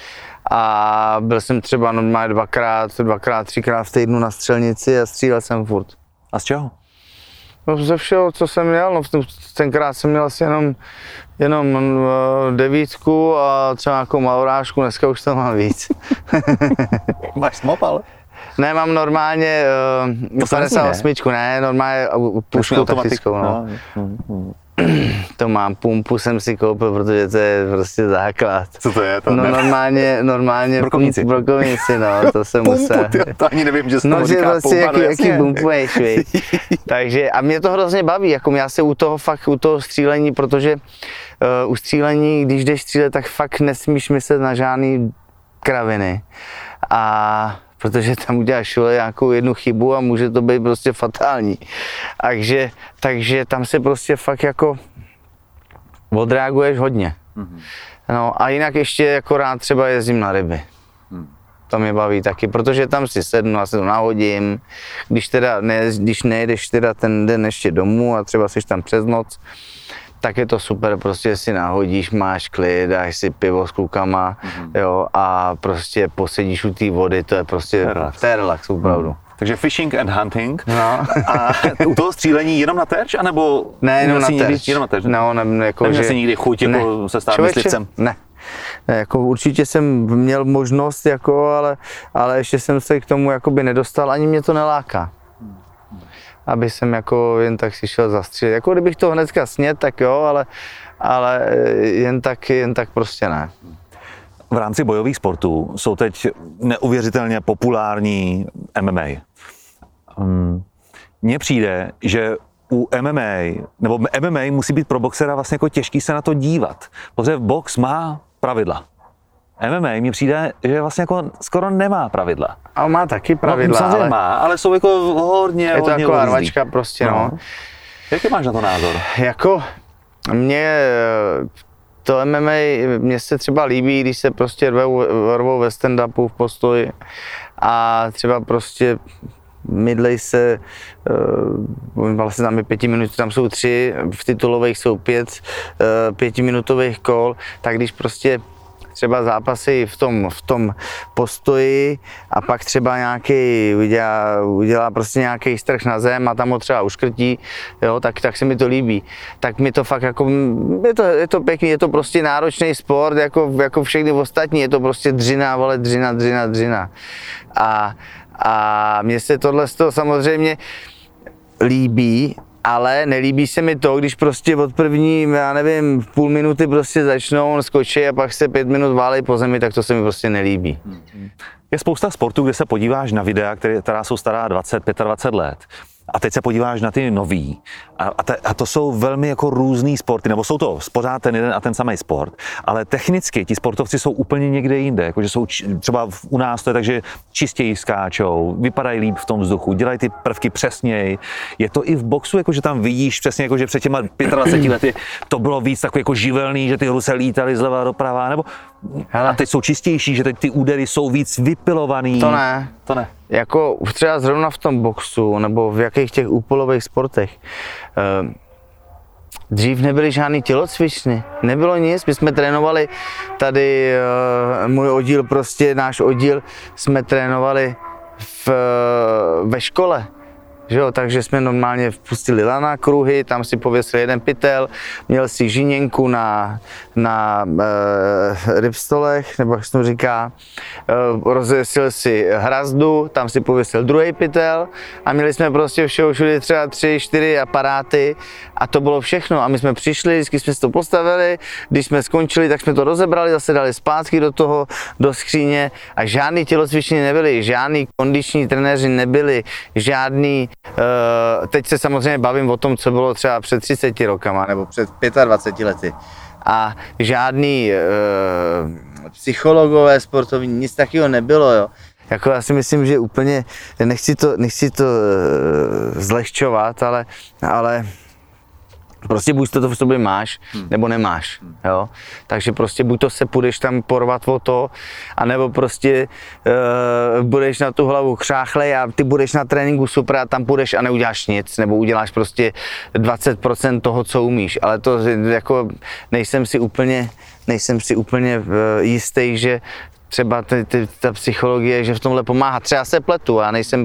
a byl jsem třeba normálně dvakrát, třikrát v týdnu na střelnici a střílel jsem furt. A z čeho? No ze všeho, co jsem měl, no tenkrát jsem měl asi jenom 9 a třeba nějakou malorážku, dneska už to mám víc. Máš smopal? Ne, mám normálně 58, ne, normálně pušku taktickou, no. To mám, pumpu jsem si koupil, protože to je prostě základ. Co to je? To no normálně brokovnici, no, to jsem musel. To ani nevím, že se tomu říká prostě pumpa, jaký bumpuješ, Takže a mě to hrozně baví, jako já se u toho střílení, protože u střílení, když jdeš střílet, tak fakt nesmíš myslet na žádný kraviny. A protože tam uděláš nějakou jednu chybu a může to být prostě fatální. Takže tam se prostě fakt jako odreaguješ hodně. No a jinak ještě jako rád třeba jezdím na ryby. To mě baví taky, protože tam si sednu a se to nahodím. Když nejedeš teda ten den ještě domů a třeba jsi tam přes noc, tak je to super, prostě si nahodíš, máš klid, dáš si pivo s klukama, jo, a prostě posedíš u té vody, to je prostě relax, opravdu. Takže fishing and hunting. No. A u toho střílení jenom na terč, anebo? Ne, jenom na terč. Jenom na terč. No, jako, neměl jsi nikdy chuť jako se stát myslivcem? Ne. Jako určitě jsem měl možnost, jako, ale ještě jsem se k tomu jakoby nedostal, ani mě to neláká. Aby jsem jako jen tak si šel zastřílet. Jako kdybych to hnedka snědl, tak jo, ale jen tak prostě ne. V rámci bojových sportů jsou teď neuvěřitelně populární MMA. Mně přijde, že u MMA, nebo MMA musí být pro boxera vlastně jako těžký se na to dívat, protože box má pravidla. MMA mně přijde, že vlastně jako skoro nemá pravidla. A má taky pravidla, no, ale má, ale jsou jako hodně je to jako arvačka prostě, no. Jaký máš na to názor? Jako to MMA, mně se třeba líbí, když se prostě rvou ve stand-upu v postoji a třeba prostě mydlej se, vlastně tam je 5 minut, tam jsou 3, v titulových jsou 5 pětiminutových kol, tak když prostě třeba zápasy v tom postoji a pak třeba nějaký udělá prostě nějaký strch na zem a tam ho třeba uškrtí, jo, tak se mi to líbí. Tak mi to fakt jako, je to pěkný, je to prostě náročný sport, jako všechny ostatní, je to prostě dřina, vole, dřina. A mně se tohle samozřejmě líbí, ale nelíbí se mi to, když prostě od první, já nevím, půl minuty prostě začnou, skočí a pak se 5 minut válej po zemi, tak to se mi prostě nelíbí. Je spousta sportů, kde se podíváš na videa, která jsou stará 20, 25 let. A teď se podíváš na ty nový a to jsou velmi jako různý sporty, nebo jsou to pořád ten jeden a ten samý sport, ale technicky ti sportovci jsou úplně někde jinde, jakože jsou třeba u nás to je tak, že čistěji skáčou, vypadají líp v tom vzduchu, dělají ty prvky přesněji. Je to i v boxu, jakože tam vidíš přesně, jakože před těma 25 lety to bylo víc takový jako živelný, že ty hru se lítaly zleva doprava, nebo a teď jsou čistější, že teď ty údery jsou víc vypilovaný. To ne. Jako třeba zrovna v tom boxu nebo v jakých těch úpolových sportech. Dřív nebyly žádný tělocvičny, nebylo nic, my jsme trénovali tady, můj oddíl, prostě náš oddíl jsme trénovali ve škole. Že jo, takže jsme normálně pustili lana kruhy, tam si pověsil jeden pytel, měl si žiněnku na rybstolech, nebo jak se to říká, rozvěsil si hrazdu, tam si pověsil druhý pytel a měli jsme prostě všude třeba 3, 4 aparáty a to bylo všechno. A my jsme přišli, vždycky jsme si to postavili, když jsme skončili, tak jsme to rozebrali, zase dali zpátky do skříně a žádný tělocvičny nebyly, žádný kondiční trenéři nebyli, žádný. Teď se samozřejmě bavím o tom, co bylo třeba před 30 rokama nebo před 25 lety. A žádný psychologové sportovní, nic takového nebylo, jo. Jako já si myslím, že úplně, nechci to zlehčovat, ale prostě buď to v sobě máš, nebo nemáš, jo. Takže prostě buď to se půjdeš tam porvat o to, anebo prostě budeš na tu hlavu křáchlej a ty budeš na tréninku super a tam půjdeš a neuděláš nic, nebo uděláš prostě 20% toho, co umíš, ale to jako nejsem si úplně jistý, že třeba ta psychologie, že v tomhle pomáhá. Třeba se pletu, já nejsem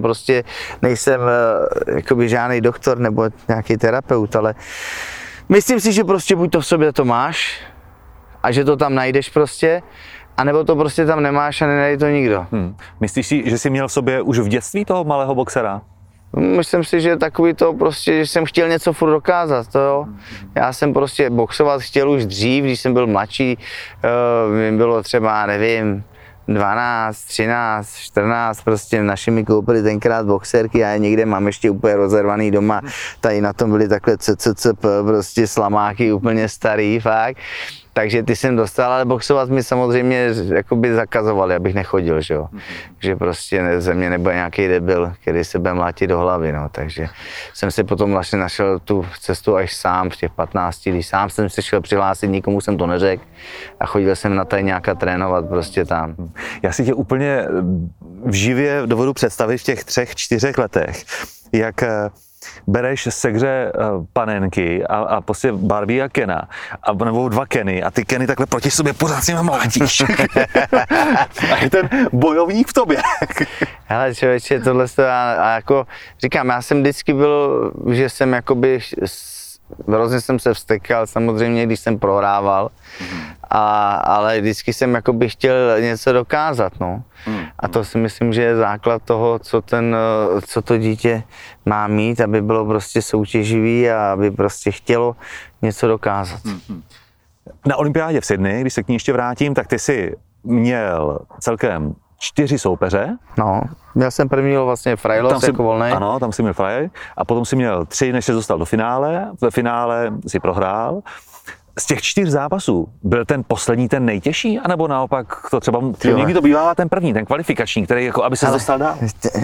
jakoby žádný doktor nebo nějaký terapeut, ale myslím si, že prostě buď to v sobě to máš a že to tam najdeš prostě, anebo to prostě tam nemáš a nenajde to nikdo. Myslíš si, že jsi měl v sobě už v dětství toho malého boxera? Myslím si, že takový to prostě, že jsem chtěl něco furt dokázat, to jo. Já jsem prostě boxovat chtěl už dřív, když jsem byl mladší, mi bylo třeba, nevím, 12, 13, 14, prostě naši mi koupili tenkrát boxerky, já je někde mám ještě úplně rozervaný doma, tady na tom byly takhle prostě slamáky úplně starý, fakt. Takže ty jsem dostal, ale boxovat mi samozřejmě jakoby zakazovali, abych nechodil, že jo. Že prostě ze mě nebude nějaký debil, který se bude mlátit do hlavy, no. Takže jsem si potom vlastně našel tu cestu až sám v těch 15, když sám jsem se šel přihlásit, nikomu jsem to neřekl a chodil jsem na tady nějaká trénovat prostě tam. Já si tě úplně vživě dovedu představit v těch 3-4 letech, jak bereš segře panenky a prostě Barbie a Kena, nebo 2 Keny a ty Keny takhle proti sobě pořád s nimi mlátíš. A je ten bojovník v tobě. Hele člověče, tohle a jako říkám, já jsem vždycky byl, že jsem jakoby, hrozně jsem se vztekal samozřejmě, když jsem prohrával, ale vždycky jsem jakoby chtěl něco dokázat, no. A to si myslím, že je základ toho, co to dítě má mít, aby bylo prostě soutěživý a aby prostě chtělo něco dokázat. Na olympiádě v Sydney, když se k ní ještě vrátím, tak ty jsi měl celkem 4 soupeře. No, měl jsem první vlastně Frajlos jako volnej. Ano, tam jsi měl Fraj a potom si měl 3, než se dostal do finále. Ve finále si prohrál. Z těch 4 zápasů byl ten poslední ten nejtěžší, anebo naopak to třeba někdy to bývá ten první, ten kvalifikační, který jako aby se dostal dál?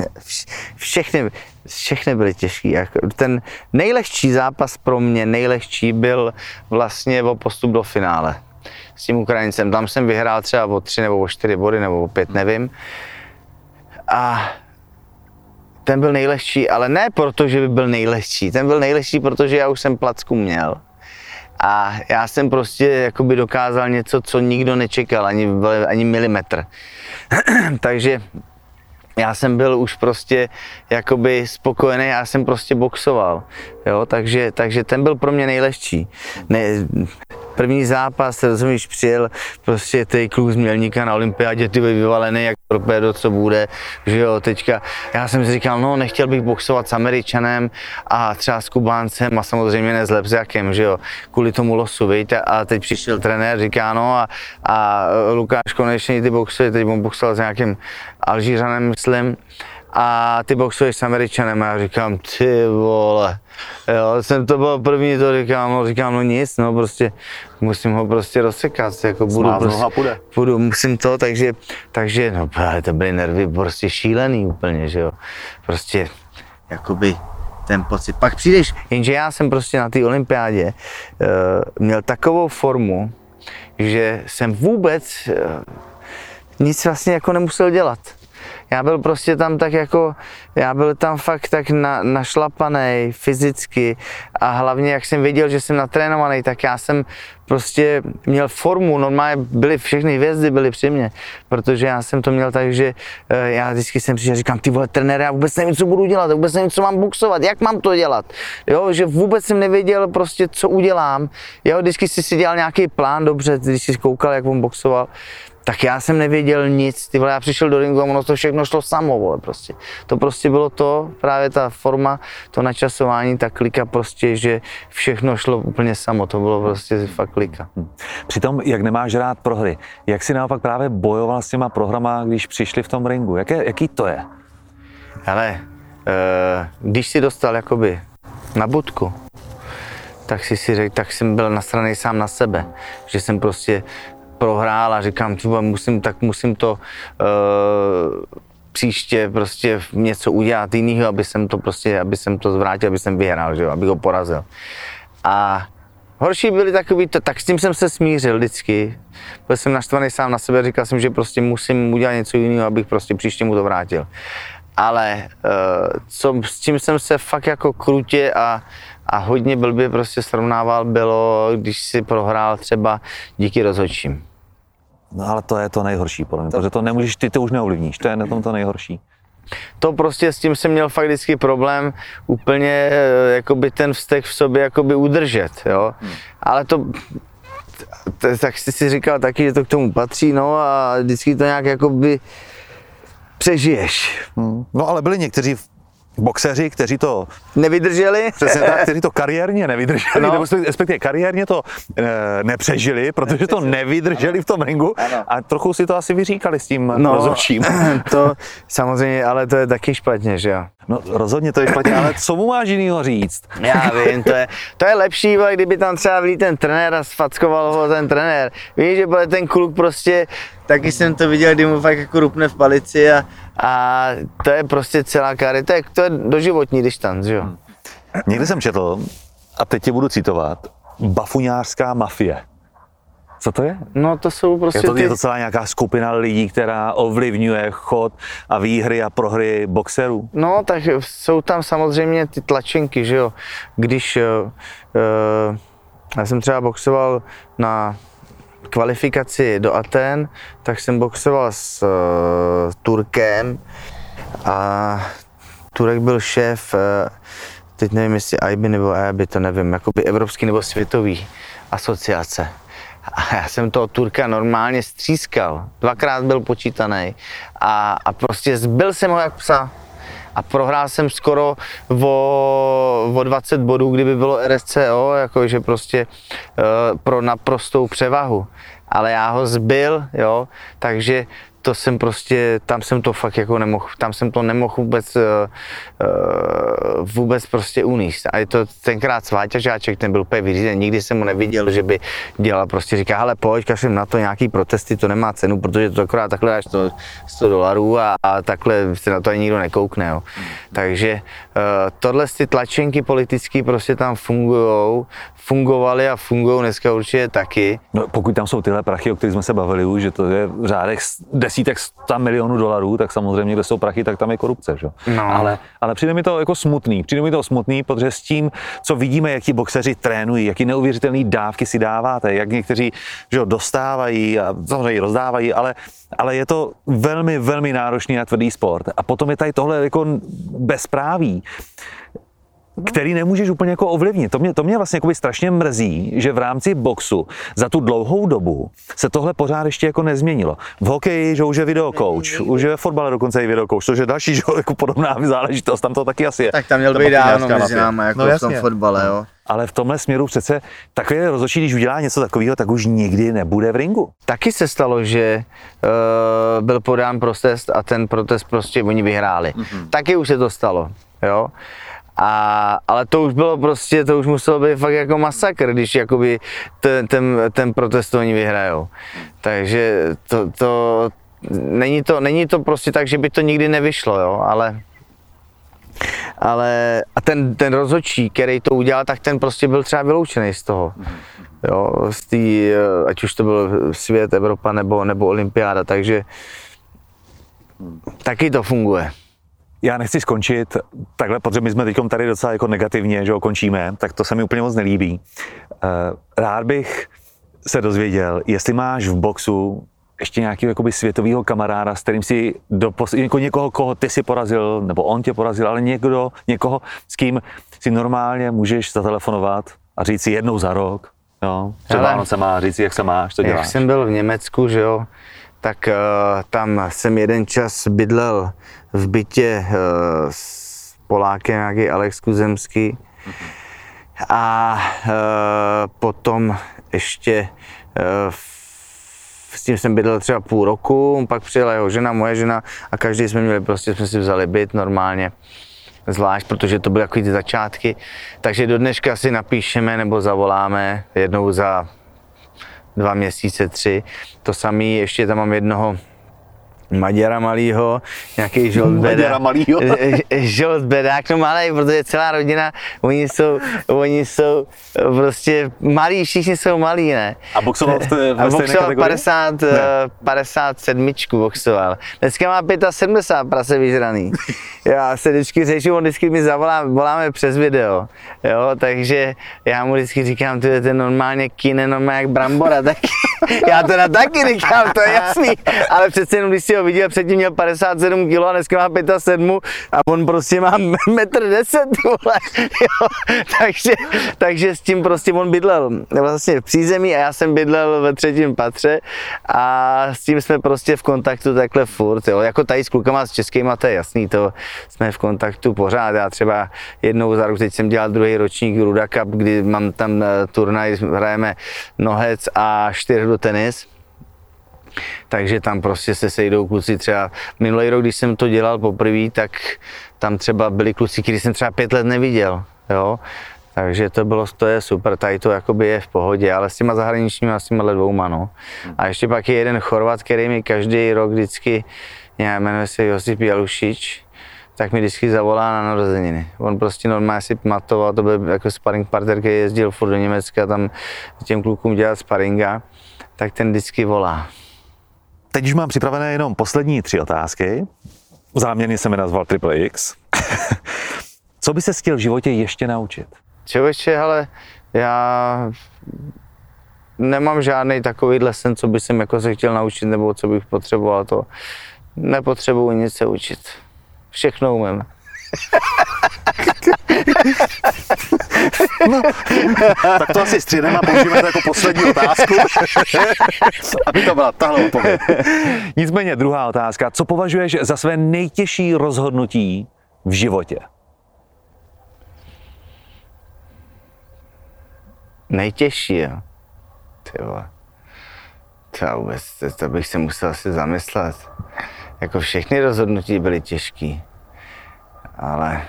Všechny byly těžký. Ten nejlehčí zápas pro mě, nejlehčí byl vlastně o postup do finále s tím Ukrajincem. Tam jsem vyhrál třeba o 3 nebo o 4 body nebo o 5, nevím. A ten byl nejlehčí, ale ne proto, že by byl nejlehčí. Ten byl nejlehčí, protože já už jsem placku měl. A já jsem prostě jakoby dokázal něco, co nikdo nečekal, ani milimetr. Takže já jsem byl už prostě jakoby spokojený, já jsem prostě boxoval, jo, takže ten byl pro mě nejlehčí. První zápas, rozumíš, přijel prostě tej kluk z Mělníka na olympiádě, ty vyvalený jak torpédo, co bude, že jo, teďka, já jsem si říkal, no, nechtěl bych boxovat s Američanem a třeba s Kubáncem a samozřejmě ne s Lebzjakem, že jo, kvůli tomu losu, víte, a teď přišel trenér, říká, no a Lukáš konečně ty boxuje, teď on boxoval s nějakým Alžířanem, myslím, a ty boxuješ s Američanem a já říkám, ty vole, jo, jsem to byl první, to říkám, no nic, no prostě musím ho prostě rozsekat, jako musím to, takže no to byly nervy prostě šílený úplně, že jo, prostě jakoby ten pocit, pak přijdeš, jenže já jsem prostě na té olympiádě měl takovou formu, že jsem vůbec nic vlastně jako nemusel dělat. Já byl prostě tam tak jako, já byl tam fakt tak našlapanej fyzicky a hlavně jak jsem věděl, že jsem natrénovaný, tak já jsem prostě měl formu, normálně všechny hvězdy byly při mně, protože já jsem to měl tak, že já vždycky jsem přišel a říkám, ty vole trenére, já vůbec nevím, co budu dělat, vůbec nevím, co mám boxovat, jak mám to dělat, jo, že vůbec jsem nevěděl prostě, co udělám, jo, vždycky si dělal nějaký plán, dobře, když jsi koukal, jak on boxoval, tak já jsem nevěděl nic, ty vole, já přišel do ringu a ono to všechno šlo samo, vole, prostě. To prostě bylo to, právě ta forma, to načasování, ta klika prostě, že všechno šlo úplně samo, to bylo prostě fakt klika. Přitom, jak nemáš rád prohry, jak jsi naopak právě bojoval s těma prohrama, když přišli v tom ringu, jaký to je? Hele, když si dostal jakoby na bodku, tak si řekl, tak jsem byl nasranej sám na sebe, že jsem prostě prohrál a říkám, musím to příště prostě něco udělat jinýho, aby jsem to zvrátil, aby jsem vyhrál, že jo, abych ho porazil. A horší byli takový, tak s tím jsem se smířil vždycky. Byl jsem naštvaný sám na sebe, říkal jsem, že prostě musím udělat něco jiného, abych prostě příště mu to vrátil. Ale s čím jsem se fakt jako krutě a hodně blbě prostě srovnával, bylo, když si prohrál třeba díky rozhodčím. No ale to je to nejhorší, podle mě, protože to nemůžeš, ty to už neovlivníš, to je na tom to nejhorší. To prostě s tím jsem měl fakt vždycky problém úplně jakoby ten vztek v sobě jakoby udržet, jo. Ale tak jsi si říkal taky, že to k tomu patří, no a vždycky to nějak jakoby přežiješ. No ale byli někteří boxeři, kteří to nevydrželi, přesně tak, kteří to kariérně nevydrželi, no. nebo respektive kariérně to nepřežili, protože to nevydrželi v tom ringu a trochu si to asi vyříkali s tím rozhodčím. To samozřejmě, ale to je taky špatně, že jo? No rozhodně to je špatně, ale co mu máš jinýho říct? Já vím, to je lepší, kdyby tam třeba byl ten trenér a sfackoval ho ten trenér. Víš, že bude ten kluk prostě, taky jsem to viděl, kdy mu fakt jako rupne v palici a to je prostě celá kariéra, to je doživotní distanc, že jo? Někde jsem četl, a teď tě budu citovat, bafuňářská mafie. Co to je? No to jsou prostě je to celá nějaká skupina lidí, která ovlivňuje chod a výhry a prohry boxerů? No tak jsou tam samozřejmě ty tlačenky, že jo. Když já jsem třeba boxoval na kvalifikaci do Aten, tak jsem boxoval s Turkem a Turek byl šéf, teď nevím jestli IBI nebo EBI, to nevím, jakoby evropský nebo světový asociace. A já jsem toho Turka normálně střískal, 2krát byl počítaný a prostě zbil jsem ho jak psa. A prohrál jsem skoro o 20 bodů, kdyby bylo RSCO, jakože prostě pro naprostou převahu. Ale já ho zbil, jo, takže to jsem prostě, tam jsem to fakt jako nemohl vůbec prostě uníst. A je to tenkrát Sváťa Žáček, ten byl úplně vyřízený, nikdy jsem ho neviděl, že by dělal, prostě říká, hele pojď, kašlem na to, nějaký protesty, to nemá cenu, protože to akorát takhle dáš $100 a takhle se na to ani nikdo nekoukne, jo. Takže tohle ty tlačenky politické prostě tam fungovaly a fungují dneska určitě taky. No, pokud tam jsou tyhle prachy, o kterých jsme se bavili už, že to je v řádech desítek 100 milionů dolarů, tak samozřejmě, kde jsou prachy, tak tam je korupce, že? No. Ale přijde mi to jako smutný, protože s tím, co vidíme, jak ti boxeři trénují, jaký neuvěřitelný dávky si dáváte, jak někteří, že dostávají a samozřejmě rozdávají, ale je to velmi, velmi náročný a tvrdý sport. A potom je tady tohle jako bezpráví, který nemůžeš úplně jako ovlivnit. To mě vlastně jakoby strašně mrzí, že v rámci boxu za tu dlouhou dobu se tohle pořád ještě jako nezměnilo. V hokeji, že už je videokouč, už je ve fotbale dokonce i videokouč, to je další, že jako podobná záležitost, tam to taky asi je. Tak tam měl být dávno mezi námi, jako v tom fotbale, jo. Ale v tomhle směru přece takový rozhodčí, když udělá něco takového, tak už nikdy nebude v ringu. Taky se stalo, že byl podán protest a ten protest prostě oni vyhráli. Taky už se to stalo, jo. Ale to už bylo prostě, to už muselo být fakt jako masakr, když jakoby ten protest oni vyhrajou. Takže není to prostě tak, že by to nikdy nevyšlo, jo, ale a ten rozhodčí, který to udělal, tak ten prostě byl třeba vyloučený z toho. Jo, ať už to byl svět, Evropa nebo olympiáda, takže taky to funguje. Já nechci skončit takhle, protože my jsme teď tady docela jako negativně, že ho končíme, tak to se mi úplně moc nelíbí. Rád bych se dozvěděl, jestli máš v boxu ještě nějakého jakoby světového kamaráda, s kterým si jako někoho, koho ty si porazil, nebo on tě porazil, ale někoho, s kým si normálně můžeš zatelefonovat a říct si jednou za rok, jo, před Vánocema a říct si, jak se máš, co děláš. Jak jsem byl v Německu, že jo, tak tam jsem jeden čas bydlel v bytě s Polákem, nějaký Alex Kuzemský. A potom ještě s tím jsem bydlel třeba půl roku, pak přijela jeho žena, moje žena a každý jsme si vzali byt normálně, zvlášť, protože to byly takový ty začátky. Takže do dneška si napíšeme nebo zavoláme jednou za 2 měsíce, 3. To samý, ještě tam mám jednoho Maďara malýho, nějaký žolt bedák, no malej, protože celá rodina, oni jsou prostě malí, všichni jsou malí, ne? A boxoval v stejné kategorii? 57 boxoval. Dneska má 75 prase vyžraný. Já se vždycky řeším, on vždycky mi voláme přes video, jo, takže já mu vždycky říkám, ty je normálně kine, normálně jak brambora, taky. Já teda taky říkám, to je jasný, ale přece jenom, když si ho viděl, předtím měl 57 kg a dneska má 75 a on prostě má 1,10 m, vole, jo, takže s tím prostě on bydlel vlastně v přízemí a já jsem bydlel ve 3. patře a s tím jsme prostě v kontaktu takhle furt, jo, jako tady s klukama, s českýma, to je jasný, to jsme v kontaktu pořád, já třeba jednou za rok, teď jsem dělal 2. ročník Ruda Cup, kdy mám tam turnaj, hrajeme nohec a 4 tenis. Takže tam prostě se sejdou kluci třeba, minulý rok, když jsem to dělal poprvé, tak tam třeba byli kluci, který jsem třeba 5 let neviděl, jo. Takže to je super, tady to jakoby je v pohodě, ale s těma zahraničníma, s těma dvouma, no. A ještě pak je jeden Chorvat, který mi každý rok vždycky, jmenuje se Josip Jalušič, tak mi vždycky zavolá na narozeniny. On prostě normálně si pamatoval, to byl jako sparring partner, který jezdil furt do Německa tam těm klukům dělat sparinga, tak ten vždycky volá. Teď už mám připravené jenom poslední 3 otázky. Záměrně jsem je nazval Triple X. Co by se chtěl v životě ještě naučit? Člověče, ale já nemám žádný takový lesson, co bych jako se chtěl naučit, nebo co bych potřeboval, to nepotřebuji nic se učit. Všechno umím. No, tak to asi střihneme a použijeme to jako poslední otázku, aby to byla tahle odpověď. Nicméně druhá otázka. Co považuješ za své nejtěžší rozhodnutí v životě? Nejtěžší, jo? Ty vole. To bych se musel asi zamyslet. Jako všechny rozhodnutí byly těžký, ale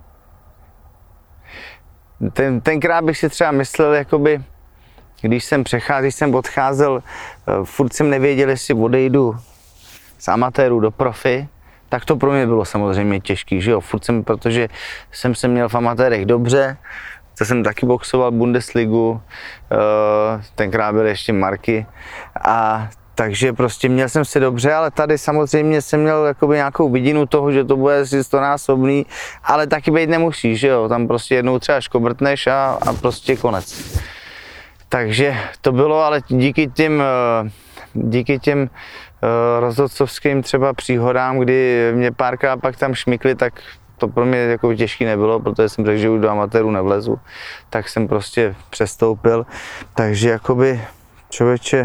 tenkrát bych si třeba myslel, jakoby, když jsem odcházel, furt jsem nevěděl, jestli odejdu z amatérů do profi, tak to pro mě bylo samozřejmě těžký, že jo, protože jsem se měl v amatérech dobře, to jsem taky boxoval Bundesligu, tenkrát byly ještě marky a takže prostě měl jsem se dobře, ale tady samozřejmě jsem měl jakoby nějakou vidinu toho, že to bude 100násobný, ale taky být nemusíš, že jo, tam prostě jednou třeba škobrtneš a prostě konec. Takže to bylo, ale díky těm rozhodcovským třeba příhodám, kdy mě párkrát pak tam šmykli, tak to pro mě jako těžký nebylo, protože jsem řekl, že už do amatéru nevlezu, tak jsem prostě přestoupil, takže jakoby člověče,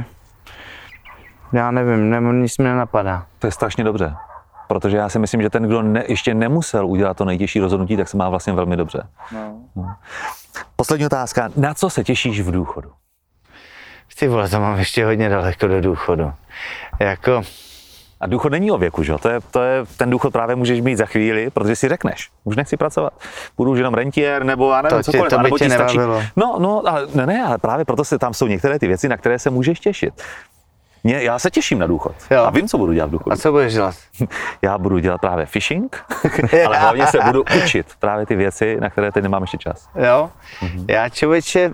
já nevím, nic mi nenapadá. To je strašně dobře, protože já si myslím, že ten, kdo ještě nemusel udělat to nejtěžší rozhodnutí, tak se má vlastně velmi dobře. No. Poslední otázka, na co se těšíš v důchodu? Ty vole, to mám ještě hodně daleko do důchodu. Jako... A důchod není o věku, že? Ten důchod právě můžeš mít za chvíli, protože si řekneš, už nechci pracovat, budu už jenom rentiér, nebo já nevím, cokoliv, to by tě nebavilo. No, ale právě proto tam jsou některé ty věci, na které se můžeš těšit. Já se těším na důchod a vím, co budu dělat v důchodu. A co budeš dělat? Já budu dělat právě fishing, ale hlavně se budu učit právě ty věci, na které teď nemám ještě čas. Jo, Já člověče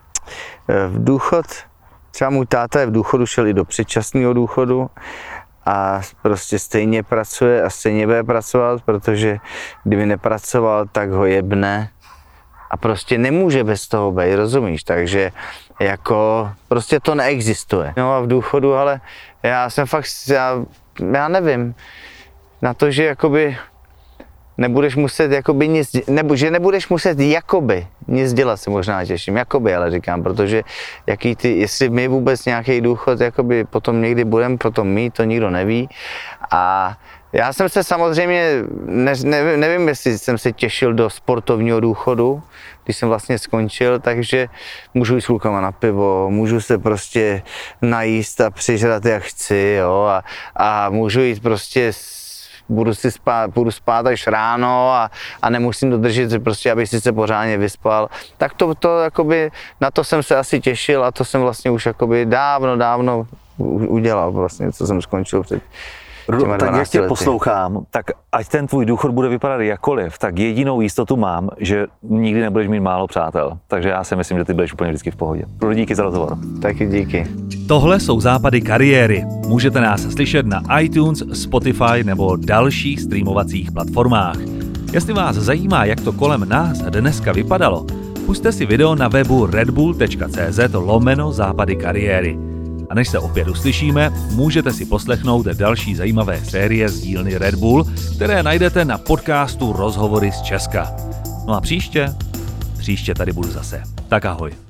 v důchod, třeba můj táta je v důchodu, šel i do předčasného důchodu a prostě stejně pracuje a stejně bude pracovat, protože kdyby nepracoval, tak ho jebne a prostě nemůže bez toho být, rozumíš, takže jako prostě to neexistuje. No a v důchodu, ale já jsem fakt, já nevím, na to, že jakoby nebudeš muset jakoby nic, nebo že nebudeš muset jakoby nic dělat, se možná těším, jakoby, ale říkám, protože jestli my vůbec nějaký důchod jakoby potom někdy budeme potom mít, to nikdo neví a já jsem se samozřejmě, nevím, jestli jsem se těšil do sportovního důchodu, když jsem vlastně skončil, takže můžu jít s klukama na pivo, můžu se prostě najíst a přižrat jak chci, jo, a můžu jít prostě, budu spát až ráno a nemusím dodržet prostě, abych si se pořádně vyspal. Tak to jakoby, na to jsem se asi těšil a to jsem vlastně už jakoby dávno udělal vlastně, co jsem skončil před Rudo, tak jak tě poslouchám, tak ať ten tvůj důchod bude vypadat jakkoliv, tak jedinou jistotu mám, že nikdy nebudeš mít málo přátel. Takže já si myslím, že ty budeš úplně vždycky v pohodě. Rudo, díky za rozhovor. Taky díky. Tohle jsou západy kariéry. Můžete nás slyšet na iTunes, Spotify nebo dalších streamovacích platformách. Jestli vás zajímá, jak to kolem nás dneska vypadalo, pusťte si video na webu redbull.cz/západy kariéry. A než se opět uslyšíme, můžete si poslechnout další zajímavé série z dílny Red Bull, které najdete na podcastu Rozhovory z Česka. No a příště tady budu zase. Tak ahoj.